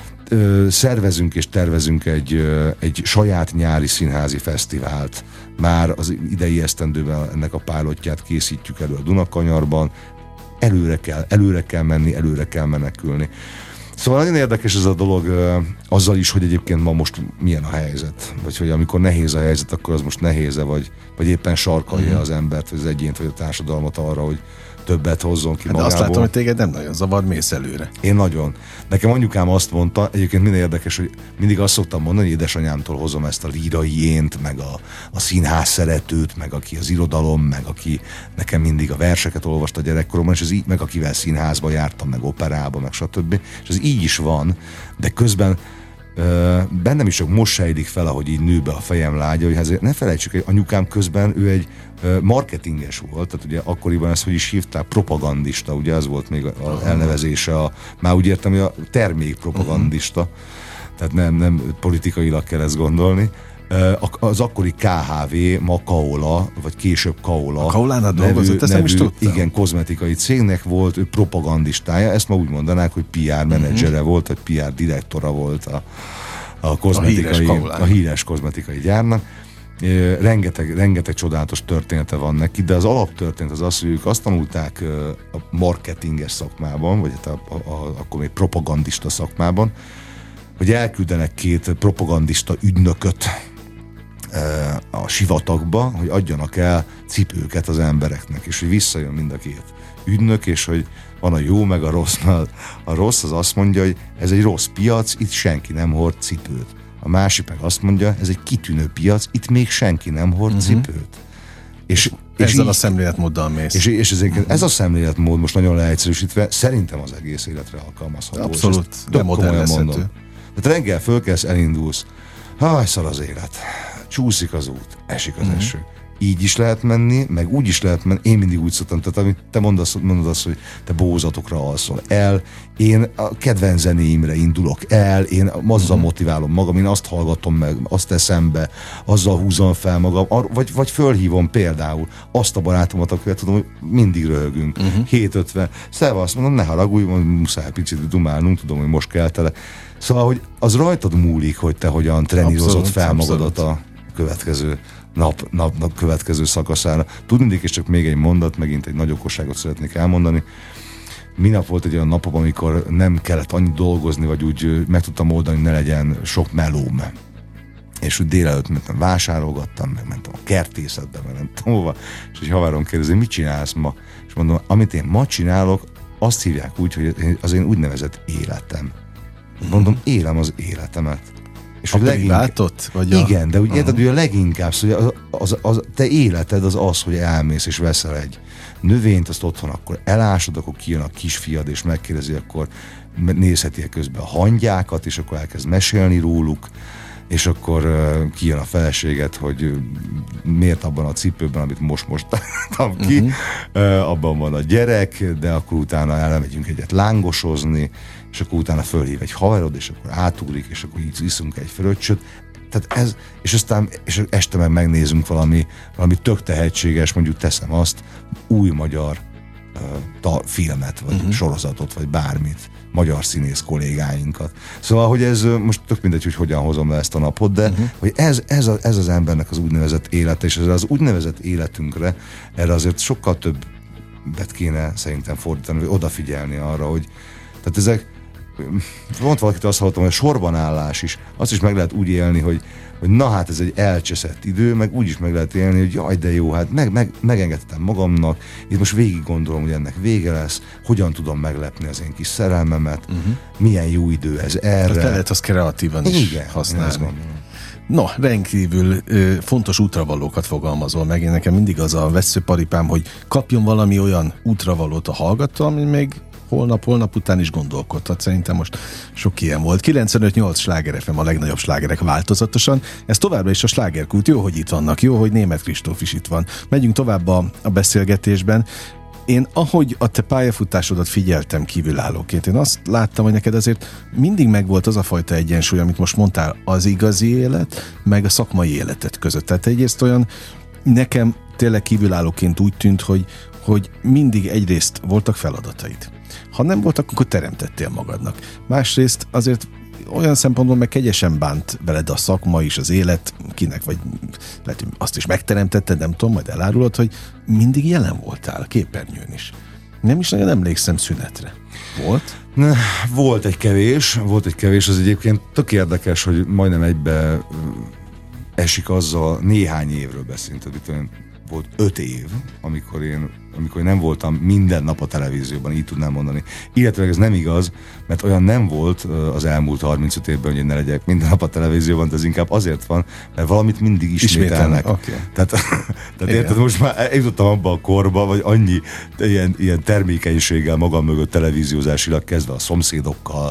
szervezünk és tervezünk egy, egy saját nyári színházi fesztivált. Már az idei esztendőben ennek a pilotját készítjük elő a Dunakanyarban. Előre kell, előre kell menni, előre kell menekülni. Szóval nagyon érdekes ez a dolog azzal is, hogy egyébként ma most milyen a helyzet. Vagy hogy amikor nehéz a helyzet, akkor az most nehéze, vagy, vagy éppen sarkalja uh-huh. az embert, vagy az egyént, vagy a társadalmat arra, hogy többet hozzon ki hát magából. Azt látom, hogy téged nem nagyon zavar, mész előre. Én nagyon. Nekem anyukám azt mondta, egyébként minden érdekes, hogy mindig azt szoktam mondani, hogy édesanyámtól hozom ezt a lírai ént, meg a, a színház szeretőt, meg aki az irodalom, meg aki nekem mindig a verseket olvasta gyerekkoromban, és ez így, meg akivel színházba jártam, meg operába, meg stb. És ez így is van, de közben Uh, bennem is csak most sejlik fel, ahogy így nő be a fejem lágya, hogy hát ne felejtsük, hogy anyukám közben ő egy uh, marketinges volt, tehát ugye akkoriban ezt hogy is hívták, propagandista, ugye az volt még az elnevezése, a, már úgy értem, hogy a termékpropagandista, uh-huh. tehát nem, nem politikailag kell ezt gondolni. Az akkori ká há vé, ma Kaola, vagy később Kaola. A Kaolánál dolgozott, ezt nem is tudtam. Igen, kozmetikai cégnek volt, ő propagandistája, ezt ma úgy mondanák, hogy pé er menedzsere uh-huh. volt, vagy pé er direktora volt a, a kozmetikai, a híres, a híres kozmetikai gyárnak. Rengeteg, rengeteg csodálatos története van neki, de az alaptörténet az az, hogy ők azt tanulták a marketinges szakmában, vagy hát a, a, a, akkor még propagandista szakmában, hogy elküldenek két propagandista ügynököt a sivatagba, hogy adjanak el cipőket az embereknek, és hogy visszajön mind a két ügynök, és hogy van a jó meg a rossz. A rossz az azt mondja, hogy ez egy rossz piac, itt senki nem hord cipőt. A másik meg azt mondja, ez egy kitűnő piac, itt még senki nem hord uh-huh. cipőt. És, és ezzel így, a szemléletmóddal mész. És, és ez, uh-huh. ez a szemléletmód most nagyon leegyszerűsítve szerintem az egész életre alkalmazható. Abszolút, de modellezhető. Tehát reggel fölkelsz, elindulsz, háj, szar az élet, csúszik az út, esik az uh-huh. eső. Így is lehet menni, meg úgy is lehet menni. Én mindig úgy szoktam, tehát amit te mondasz, mondod azt, hogy te bózatokra alszol el, én a kedvenc zenéimre indulok el, én azzal motiválom magam, én azt hallgatom meg, azt teszem be, azzal húzom fel magam, vagy, vagy fölhívom például azt a barátomat, akivel tudom, hogy mindig röhögünk. Uh-huh. hét ötven, szevasz, mondom, ne haragudj, muszáj picit dumálnunk, tudom, hogy most kell tele. Szóval, hogy az rajtad múlik, hogy te hogyan trenírozod fel abszolút. Magadat a következő Nap, nap, nap következő szakaszára. Tudnék, és csak még egy mondat, megint egy nagy okosságot szeretnék elmondani. Minap volt egy olyan napom, amikor nem kellett annyit dolgozni, vagy úgy meg tudtam oldani, hogy ne legyen sok melóm. És úgy délelőtt mentem, vásárolgattam, meg mentem a kertészetbe, meg nem tudom hova, és egy haverom kérdezi, mit csinálsz ma? És mondom, amit én ma csinálok, azt hívják úgy, hogy az én úgynevezett életem. Mondom, élem az életemet. És a privátot? Vagy a... Igen, de úgy érted, hogy a leginkább, hogy az, az, az, te életed az az, hogy elmész és veszel egy növényt, azt otthon akkor elásod, akkor kijön a kisfiad és megkérdezi, akkor nézheti közben a hangyákat, és akkor elkezd mesélni róluk, és akkor uh, kijön a feleséget, hogy uh, miért abban a cipőben, amit most most tattam ki, uh-huh. uh, abban van a gyerek, de akkor utána elmegyünk egyet lángosozni, és akkor utána fölhív egy haverod, és akkor átugrik, és akkor így iszunk egy fröccsöt. Tehát ez, és aztán és este meg megnézünk valami, valami tök tehetséges, mondjuk teszem azt, új magyar uh, ta, filmet, vagy uh-huh. sorozatot, vagy bármit, magyar színész kollégáinkat. Szóval, hogy ez most tök mindegy, hogy hogyan hozom le ezt a napot, de uh-huh. hogy ez, ez, a, ez az embernek az úgynevezett élete, és ez az úgynevezett életünkre, erre azért sokkal többet kéne szerintem fordítani, vagy odafigyelni arra, hogy tehát ezek Pont valakitől azt hallottam, hogy a sorban állás is, azt is meg lehet úgy élni, hogy, hogy na hát ez egy elcseszett idő, meg úgy is meg lehet élni, hogy jaj, de jó, hát meg, meg, megengedtem magamnak, itt most végig gondolom, hogy ennek vége lesz, hogyan tudom meglepni az én kis szerelmemet, uh-huh. milyen jó idő ez erre. Tehát lehet azt kreatívan is igen, használni. No, rendkívül ö, fontos útravalókat fogalmazol meg. Én nekem mindig az a vesszőparipám, hogy kapjon valami olyan útravalót a hallgató, ami még holnap, holnap után is gondolkodhat. Szerintem most sok ilyen volt. kilencvenöt nyolc Sláger ef em, a legnagyobb slágerek változatosan. Ez továbbra is a slágerkult. Jó, hogy itt vannak. Jó, hogy Németh Kristóf is itt van. Megyünk tovább a, a beszélgetésben. Én, ahogy a te pályafutásodat figyeltem kívülállóként, én azt láttam, hogy neked azért mindig megvolt az a fajta egyensúly, amit most mondtál, az igazi élet, meg a szakmai életet között. Tehát egyrészt olyan, nekem tényleg kívülállóként úgy tűnt, hogy, hogy mindig egyrészt voltak feladataid. Ha nem voltak, akkor teremtettél magadnak. Másrészt azért olyan szempontból meg kegyesen bánt veled a szakma is, az élet, kinek, vagy lehet, hogy azt is megteremtetted, nem tudom, majd elárulod, hogy mindig jelen voltál képernyőn is. Nem is nagyon emlékszem szünetre. Volt? Ne, volt egy kevés, volt egy kevés, az egyébként tök érdekes, hogy majdnem egybe esik azzal, néhány évről beszélünk, tehát volt öt év, amikor én, amikor én nem voltam minden nap a televízióban, így tudnám mondani. Illetve ez nem igaz, mert olyan nem volt az elmúlt harmincöt évben, hogy én ne legyek minden nap a televízióban, de ez inkább azért van, mert valamit mindig ismételnek. Okay. Tehát, tehát érted, most már eljutottam abba a korba, vagy annyi ilyen, ilyen termékenységgel magam mögött televíziózásilag kezdve a szomszédokkal,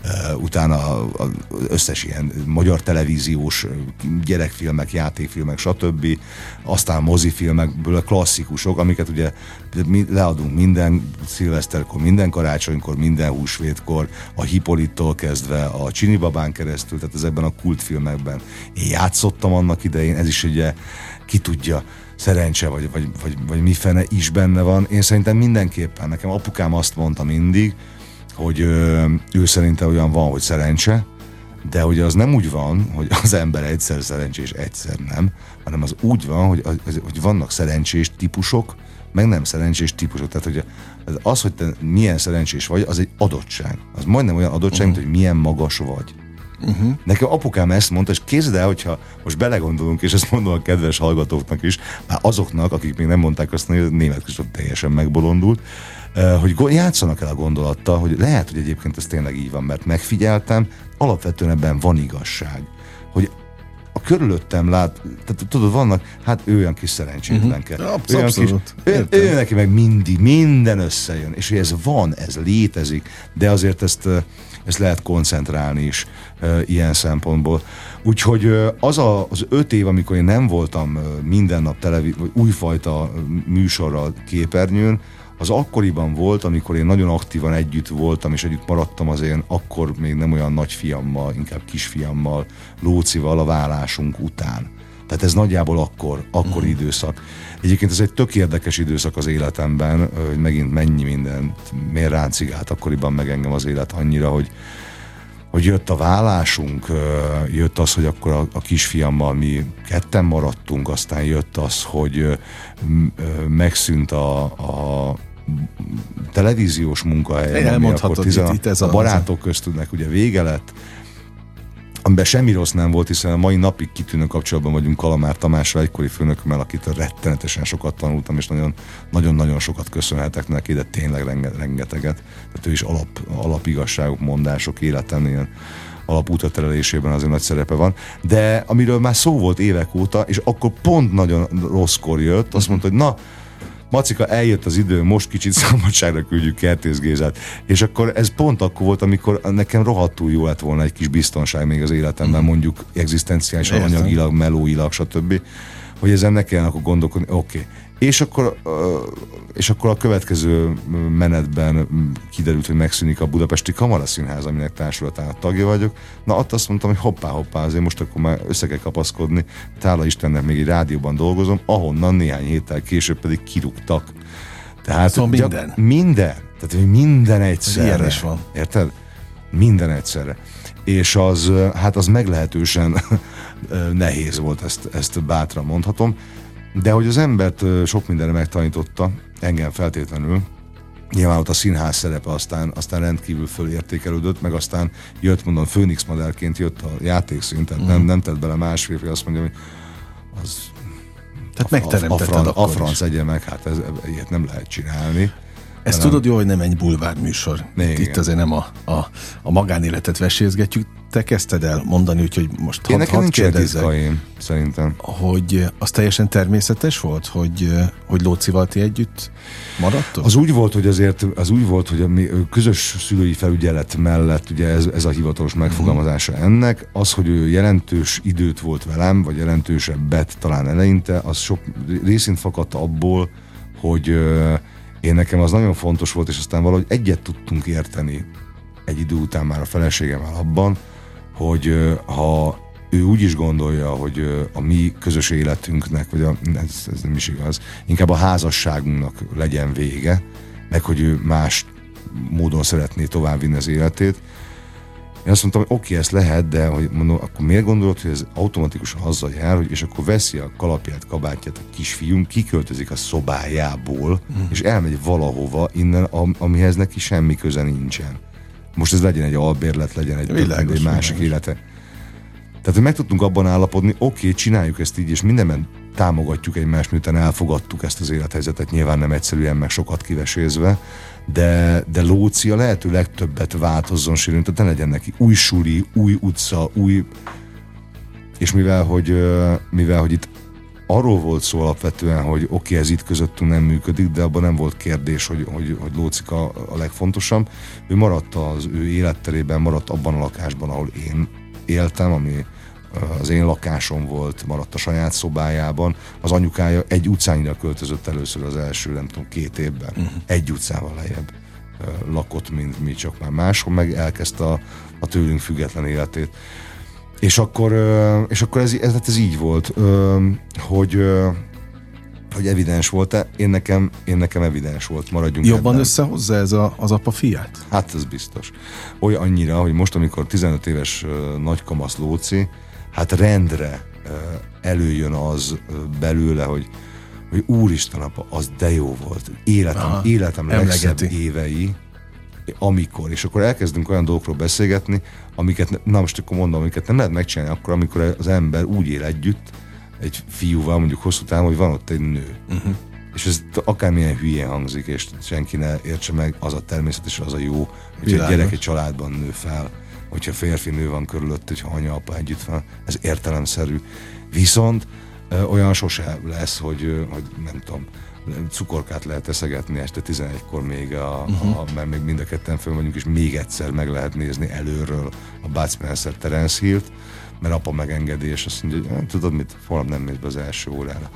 utána az összes ilyen magyar televíziós gyerekfilmek, játékfilmek, stb. Aztán mozifilmekből a klasszikusok, amiket ugye mi leadunk minden szilveszterkor, minden karácsonykor, minden húsvétkor, a Hippolyttól kezdve a Csini babán keresztül, tehát ezekben a kultfilmekben. Én játszottam annak idején, ez is ugye ki tudja, szerencse, vagy, vagy, vagy, vagy mi fene is benne van. Én szerintem mindenképpen, nekem apukám azt mondta mindig, hogy ö, ő szerinte olyan van, hogy szerencse, De hogy az nem úgy van, hogy az ember egyszer szerencsés, egyszer nem, hanem az úgy van, hogy, az, hogy vannak szerencsés típusok, meg nem szerencsés típusok. Tehát hogy az, hogy te milyen szerencsés vagy, az egy adottság. Az majdnem olyan adottság, uh-huh. mint hogy milyen magas vagy. Uh-huh. Nekem apukám ezt mondta, és képzeld el, hogyha most belegondolunk, és ezt mondom a kedves hallgatóknak is, már azoknak, akik még nem mondták azt, hogy a német Kristóf teljesen megbolondult, hogy játszanak el a gondolattal, hogy lehet, hogy egyébként ez tényleg így van, mert megfigyeltem, alapvetően ebben van igazság, hogy a körülöttem lát, tehát tudod, vannak, hát ő olyan kis szerencsétlenke. Uh-huh. Olyan kis, ő, ő neki meg mindig, minden összejön, és hogy ez van, ez létezik, de azért ezt, ezt lehet koncentrálni is e, ilyen szempontból. Úgyhogy az a, az öt év, amikor én nem voltam minden nap televíz, vagy újfajta műsorral képernyőn, az akkoriban volt, amikor én nagyon aktívan együtt voltam, és együtt maradtam az én akkor még nem olyan nagyfiammal, inkább kisfiammal, Lócival a válásunk után. Tehát ez nagyjából akkor, akkori mm. időszak. Egyébként ez egy tök érdekes időszak az életemben, hogy megint mennyi mindent, miért ráncigált akkoriban meg engem az élet annyira, hogy hogy jött a válásunk, jött az, hogy akkor a, a kisfiammal mi ketten maradtunk, aztán jött az, hogy megszűnt a, a televíziós munkahely, ami akkor tizen, itt, itt a barátok köztünknek ugye vége lett, amiben semmi rossz nem volt, hiszen a mai napig kitűnő kapcsolatban vagyunk Kalamár Tamással, egykori főnökömmel, akit rettenetesen sokat tanultam, és nagyon-nagyon sokat köszönhetek neki, de tényleg renge, rengeteget. Tehát ő is alap, alapigazságok, mondások életem, ilyen alapútra terelésében azért nagy szerepe van. De amiről már szó volt évek óta, és akkor pont nagyon rosszkor jött, azt mondta, hogy na, Macika, eljött az idő, most kicsit szabadságra küldjük Kertész Gézát. És akkor ez pont akkor volt, amikor nekem rohadtul jó lett volna egy kis biztonság még az életemben, mm. mondjuk egzisztenciálisan, anyagilag, melóilag, stb. Hogy ezen ne kellene akkor gondolkodni, oké. Okay. És akkor, és akkor a következő menetben kiderült, hogy megszűnik a Budapesti Kamaraszínház, aminek társulatának tagja vagyok. Na, ott azt mondtam, hogy hoppá, hoppá, azért most akkor már össze kell kapaszkodni. Hála Istennek még egy rádióban dolgozom, ahonnan néhány héttel később pedig kirúgtak. Tehát szóval minden. Minden. Tehát minden egyszerre. Ilyen is van. Érted? Minden egyszerre. És az, hát az meglehetősen nehéz volt, ezt, ezt bátran mondhatom. De hogy az embert sok mindenre megtanította, engem feltétlenül, nyilván ott a színház szerepe aztán, aztán rendkívül fölértékelődött, meg aztán jött, mondom, Főnix modellként jött a játékszín, tehát mm. nem, nem tett bele másfél, hogy azt mondja, hogy az tehát megteremtetted a, a, a, akkor a franc egye meg, hát ez, ilyet nem lehet csinálni. Ezt nem... tudod jó, hogy nem egy bulvár műsor. Itt, itt azért nem a, a, a magánéletet vesézgetjük. Te kezdted el mondani, úgyhogy most hadd had kérdezzek, szerintem. Hogy az teljesen természetes volt, hogy, hogy Lócival ti együtt maradtok? Az úgy volt, hogy azért az úgy volt, hogy a mi közös szülői felügyelet mellett, ugye ez, ez a hivatalos megfogalmazása uh-huh. ennek, az, hogy ő jelentős időt volt velem, vagy jelentősebbet talán eleinte, az sok részint fakadt abból, hogy én nekem az nagyon fontos volt, és aztán valahogy egyet tudtunk érteni egy idő után már a feleségemmel abban, hogy ha ő úgy is gondolja, hogy a mi közös életünknek, vagy a, ez, ez nem is igaz, inkább a házasságunknak legyen vége, meg hogy ő más módon szeretné továbbvinni az életét. Én azt mondtam, hogy oké, okay, ezt lehet, de hogy mondom, akkor miért gondolod, hogy ez automatikusan azzal jár, hogy és akkor veszi a kalapját, kabátját a kisfiunk, kiköltözik a szobájából, mm. és elmegy valahova innen, amihez neki semmi köze nincsen. Most ez legyen egy albérlet, legyen egy, világos, egy másik világos. Élete. Tehát, hogy meg tudtunk abban állapodni, oké, okay, csináljuk ezt így, és mindenben támogatjuk egymást, miután elfogadtuk ezt az élethelyzetet, nyilván nem egyszerűen, meg sokat kivesézve, de, de Lóci a lehető legtöbbet változzon sérülni, tehát ne legyen neki új suli, új utca, új... És mivel, hogy, mivel, hogy itt arról volt szó alapvetően, hogy oké, okay, ez itt közöttünk nem működik, de abban nem volt kérdés, hogy, hogy, hogy Lócika a legfontosabb. Ő maradt az ő életterében, maradt abban a lakásban, ahol én éltem, ami az én lakásom volt, maradt a saját szobájában. Az anyukája egy utcányra költözött először az első, nem tudom, két évben. Uh-huh. Egy utcával lejjebb lakott, mint mi, csak már máshol, meg elkezdte a, a tőlünk független életét. És akkor, és akkor ez, ez, ez így volt, hogy, hogy evidens volt-e, én nekem, én nekem evidens volt, maradjunk Jobban ebben. összehozza ez a, az apa fiát? Hát ez biztos. Olyan annyira, hogy most, amikor tizenöt éves uh, nagykamasz Lóci, hát rendre uh, előjön az uh, belőle, hogy, hogy úristen apa, az de jó volt. Életem, Aha, életem legszebb évei, amikor, és akkor elkezdünk olyan dolgokról beszélgetni, amiket, na most akkor mondom, amiket nem lehet megcsinálni akkor, amikor az ember úgy él együtt, egy fiúval mondjuk hosszú távon, hogy van ott egy nő. Uh-huh. És ez akármilyen hülyén hangzik, és senki ne értse meg, az a természet és az a jó, hogy egy gyerek egy családban nő fel, hogyha férfi nő van körülött, hogyha anya, apa együtt van, ez értelemszerű. Viszont ö, olyan sose lesz, hogy, hogy nem tudom, cukorkát lehet eszegetni este tizenegykor még, a, uh-huh. a, mert még mind a ketten föl vagyunk, és még egyszer meg lehet nézni előről a Bud Spencer Terence Hill-t, mert apa megengedi, és azt mondja, hogy tudod mit, holnap nem mész be az első órára.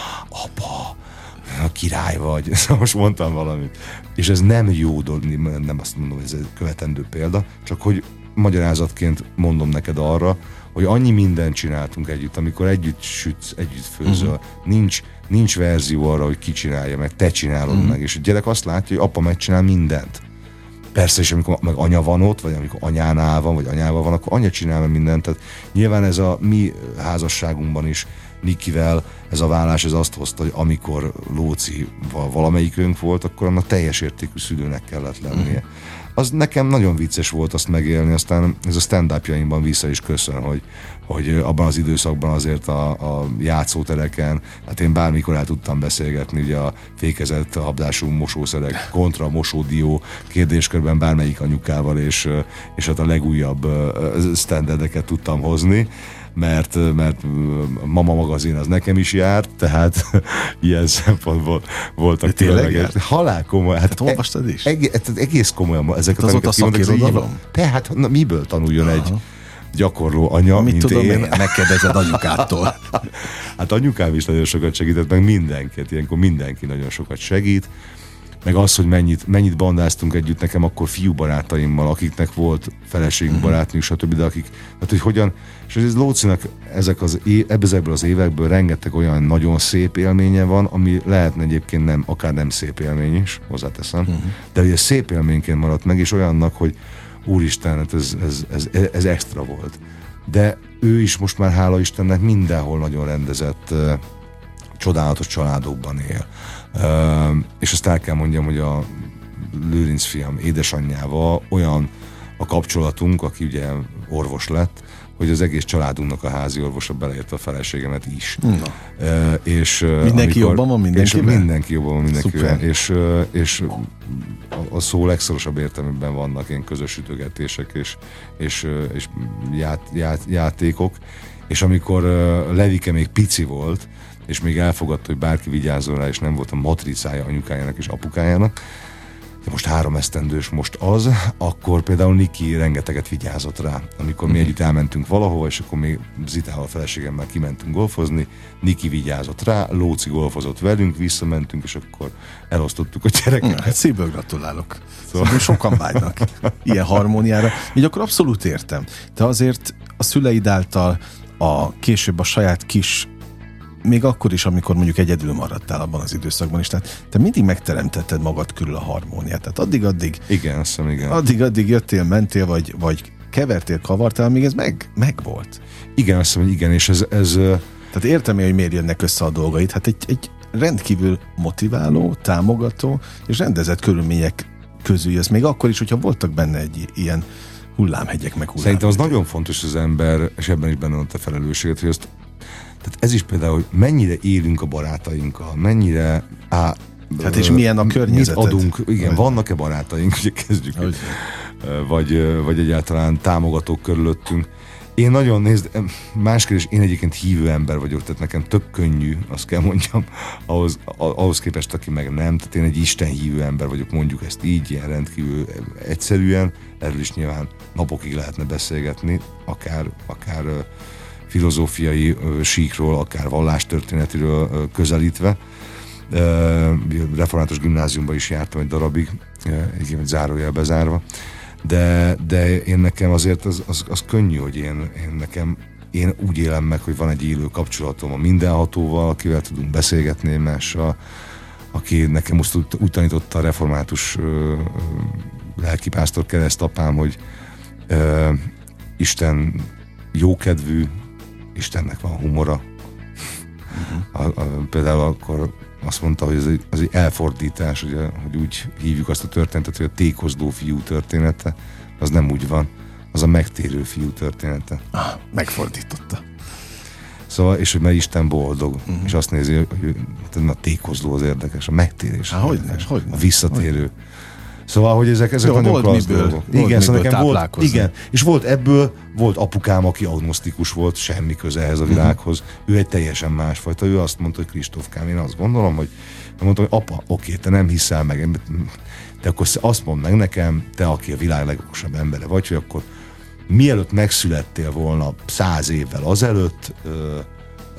Apa, a király vagy. Szóval most mondtam valamit. És ez nem jó dolog, nem azt mondom, hogy ez egy követendő példa, csak hogy magyarázatként mondom neked arra, hogy annyi mindent csináltunk együtt, amikor együtt sütsz, együtt főzöl, uh-huh. nincs, nincs verzió arra, hogy ki csinálja meg, te csinálod uh-huh. meg, és a gyerek azt látja, hogy apa megcsinál mindent. Persze, és amikor meg anya van ott, vagy amikor anyánál van, vagy anyával van, akkor anya csinál meg mindent. Tehát nyilván ez a mi házasságunkban is, Nikivel ez a vállás, ez azt hozta, hogy amikor Lócival valamelyikünk volt, akkor annak teljes értékű szülőnek kellett lennie. Mm. Az nekem nagyon vicces volt azt megélni, aztán ez a stand-upjaimban vissza is köszön, hogy, hogy abban az időszakban azért a, a játszótereken, hát én bármikor el tudtam beszélgetni, ugye a fékezett habzású mosószerek kontra mosódió kérdéskörben bármelyik anyukával, és, és hát a legújabb standardeket tudtam hozni, mert, mert Mama magazin az nekem is járt, tehát ilyen szempontból voltak tényleg halál komoly. Hát hát olvastad is? Egész, egész komolyan ezeket az ott a szakirodalom? Tehát na, miből tanuljon Aha. egy gyakorló anya, Mit mint tudom én? én? Megkérdezed anyukától. Hát anyukám is nagyon sokat segített, meg mindenkit, ilyenkor mindenki nagyon sokat segít. Meg az, hogy mennyit, mennyit bandáztunk együtt nekem akkor fiú barátaimmal, akiknek volt feleségünk, uh-huh. barátnők, stb., de akik, hát hogy hogyan, és ez Lócinak ezek az, ezekből az évekből rengeteg olyan nagyon szép élménye van, ami lehetne egyébként nem, akár nem szép élmény is, hozzáteszem, uh-huh. de ugye szép élményként maradt meg, és olyannak, hogy úristen, hát ez, ez, ez, ez extra volt. De ő is most már, hála Istennek, mindenhol nagyon rendezett, uh, csodálatos családokban él. Uh, és azt el kell mondjam, hogy a Lőrinc fiam édesanyjával olyan a kapcsolatunk, aki ugye orvos lett, hogy az egész családunknak a házi orvosa, beleértve a feleségemet is. Na. Uh, és, uh, mindenki amikor, jobban van mindenkivel? És mindenki jobban van mindenkivel. És, uh, és a, a szó legszorosabb értelmében vannak ilyen közös ütögetések és, és, uh, és ját, ját, játékok. És amikor uh, Levike még pici volt, és még elfogadta, hogy bárki vigyázzon rá, és nem volt a matricája anyukájának és apukájának, de most három esztendős most az, akkor például Niki rengeteget vigyázott rá. Amikor mi együtt elmentünk valahova, és akkor még Zitával, a feleségemmel kimentünk golfozni, Niki vigyázott rá, Lóci golfozott velünk, visszamentünk, és akkor elosztottuk a gyerekeket. Hát szívből gratulálok. Szóval sokan vágynak ilyen harmóniára. Így akkor abszolút értem. De azért a szüleid által a később a saját kis, még akkor is, amikor mondjuk egyedül maradtál abban az időszakban is, tehát te mindig megteremtetted magad körül a harmóniát, tehát addig-addig igen, azt hiszem, igen. addig-addig jöttél, mentél, vagy, vagy kevertél, kavartál, amíg ez meg, meg volt. Igen, azt hiszem, hogy igen, és ez... ez tehát értem én, hogy miért jönnek össze a dolgait, hát egy, egy rendkívül motiváló, támogató és rendezett körülmények közül jössz, még akkor is, hogyha voltak benne egy ilyen hullámhegyek, meg hullámhegyek. Szerintem az nagyon fontos az ember, és ebben is benne van a felelősséget, hogy azt, tehát ez is például, hogy mennyire élünk a barátainkkal, mennyire á, hát és milyen a környezeted? Mit adunk, igen, hogy vannak-e barátaink, ugye kezdjük, hogy vagy, vagy egyáltalán támogatók körülöttünk. Én nagyon nézd, más kérdés, én egyébként hívő ember vagyok, tehát nekem tök könnyű, azt kell mondjam, ahhoz, ahhoz képest, aki meg nem, tehát én egy Isten hívő ember vagyok, mondjuk ezt így, ilyen rendkívül egyszerűen, erről is nyilván napokig lehetne beszélgetni, akár, akár filozófiai síkról, akár vallástörténetiről közelítve. Református gimnáziumban is jártam egy darabig, egy zárójel bezárva, de, de én nekem azért az, az, az könnyű, hogy én, én nekem én úgy élem meg, hogy van egy élő kapcsolatom a mindenhatóval, akivel tudunk beszélgetni egymással, aki nekem most úgy, úgy tanította a református ö, lelkipásztor keresztapám, hogy ö, Isten jókedvű, Istennek van humora. Uh-huh. A, a, például akkor azt mondta, hogy ez egy, az egy elfordítás, hogy, a, hogy úgy hívjuk azt a történetet, hogy a tékozló fiú története, az nem úgy van, az a megtérő fiú története. Ah, megfordította. Szóval, és hogy mert Isten boldog, uh-huh. és azt nézi, hogy a tékozló az érdekes, a megtérés. Há, hogy nem, hogy nem, a visszatérő. Hogy. Szóval, hogy ezek, ezek jó, nagyon klassz miből, dolgok. Igen, szóval nekem volt, igen, és volt ebből, volt apukám, aki agnosztikus volt, semmi köze ehhez a világhoz. Uh-huh. Ő egy teljesen másfajta. Ő azt mondta, hogy Kristófkám, én azt gondolom, hogy mondtam, hogy apa, oké, te nem hiszel meg, de akkor azt mondd meg nekem, te, aki a világ legokosabb embere vagy, hogy akkor mielőtt megszülettél volna száz évvel azelőtt, ö, ö,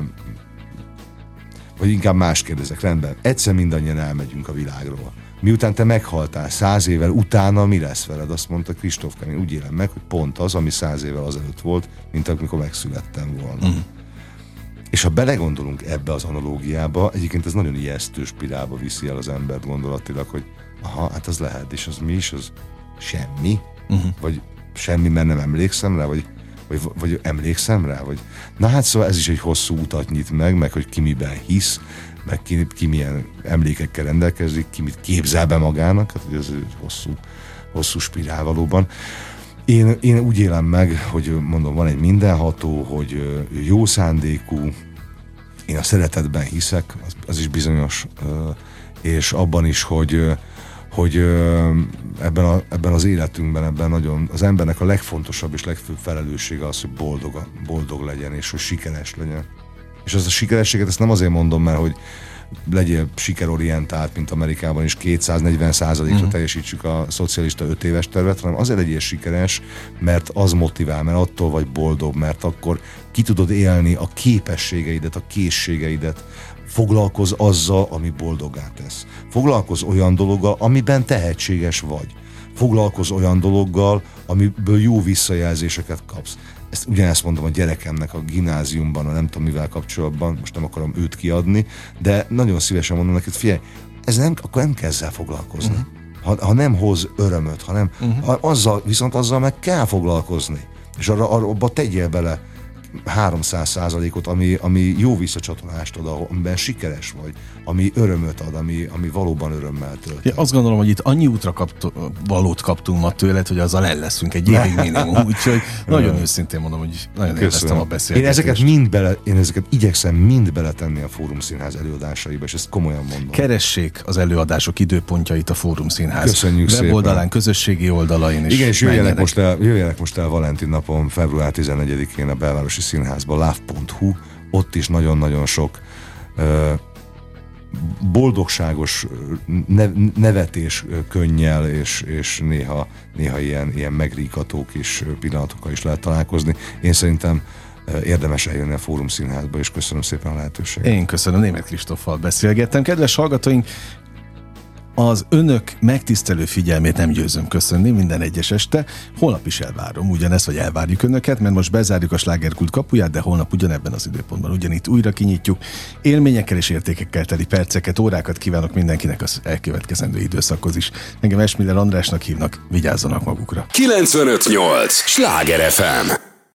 vagy inkább más kérdezek, rendben, egyszer mindannyian elmegyünk a világról. Miután te meghaltál száz évvel utána, mi lesz veled? Azt mondta Kristófkám, én úgy élem meg, hogy pont az, ami száz évvel azelőtt volt, mint amikor megszülettem volna. Mm. És ha belegondolunk ebbe az analógiába, egyébként ez nagyon ijesztő spirálba viszi el az embert gondolatilag, hogy aha, hát az lehet, és az mi is, az semmi, uh-huh. vagy semmi, mert nem emlékszem rá, vagy, vagy, vagy emlékszem rá, vagy na hát szóval ez is egy hosszú utat nyit meg, meg hogy ki miben hisz, meg ki, ki milyen emlékekkel rendelkezik, ki mit képzel be magának, hát ez egy hosszú, hosszú spirál valóban. Én, én úgy élem meg, hogy mondom, van egy mindenható, hogy jó szándékú, én a szeretetben hiszek, az, az is bizonyos, és abban is, hogy, hogy ebben, a, ebben az életünkben, ebben nagyon, az embernek a legfontosabb és legfőbb felelőssége az, hogy boldog, boldog legyen, és hogy sikeres legyen. És az a sikerességet, ezt nem azért mondom, mert hogy legyél sikerorientált, mint Amerikában is kétszáznegyven százalékra uh-huh. teljesítsük a szocialista öt éves tervet, hanem azért legyél sikeres, mert az motivál, mert attól vagy boldog, mert akkor ki tudod élni a képességeidet, a készségeidet, foglalkozz azzal, ami boldoggá tesz. Foglalkozz olyan dologgal, amiben tehetséges vagy. Foglalkozz olyan dologgal, amiből jó visszajelzéseket kapsz. Ezt ugyanezt mondom a gyerekemnek a gimnáziumban, a nem tudom mivel kapcsolatban, most nem akarom őt kiadni, de nagyon szívesen mondom neki, hogy figyelj, ez nem, akkor nem kell ezzel foglalkozni. Uh-huh. Ha, ha nem hoz örömöt, hanem uh-huh. ha azzal, viszont azzal meg kell foglalkozni. És arra, arra abba tegyél bele háromszáz százalékot, ami, ami jó visszacsatolást ad, amiben sikeres vagy, ami örömöt ad, ami, ami valóban örömmel tölt. Ja, azt gondolom, hogy itt annyi útra kapt, valót kaptunk ma tőled, hogy azzal el leszünk egy évig minimum, úgyhogy nagyon őszintén mondom, hogy nagyon élveztem a beszélgetést. Én ezeket mind bele, én ezeket igyekszem mind beletenni a Fórum Színház előadásaiba, és ezt komolyan mondom. Keressék az előadások időpontjait a Fórum Színház Köszönjük weboldalán, szépen. Közösségi oldalain. Igen, és jöjjenek most, el, jöjjenek most el Valentin napon, február tizennegyedikén a Belvárosi Színházba, love pont hu, ott is nagyon-nagyon sok uh, boldogságos ne, nevetés könnyel, és, és néha, néha ilyen, ilyen megríkató kis pillanatokkal is lehet találkozni. Én szerintem érdemes eljönni a Fórum Színházba, és köszönöm szépen a lehetőséget. Én köszönöm, Németh Kristóffal beszélgettem. Kedves hallgatóink, az önök megtisztelő figyelmét nem győzöm köszönni minden egyes este. Holnap is elvárom ugyanezt, vagy elvárjuk önöket, mert most bezárjuk a Slágerkult kapuját, de holnap ugyanebben az időpontban ugyanitt újra kinyitjuk. Élményekkel és értékekkel teli perceket, órákat kívánok mindenkinek az elkövetkezendő időszakhoz is. Engem Esmiller Andrásnak hívnak, vigyázzanak magukra. kilencvenöt nyolc Sláger ef em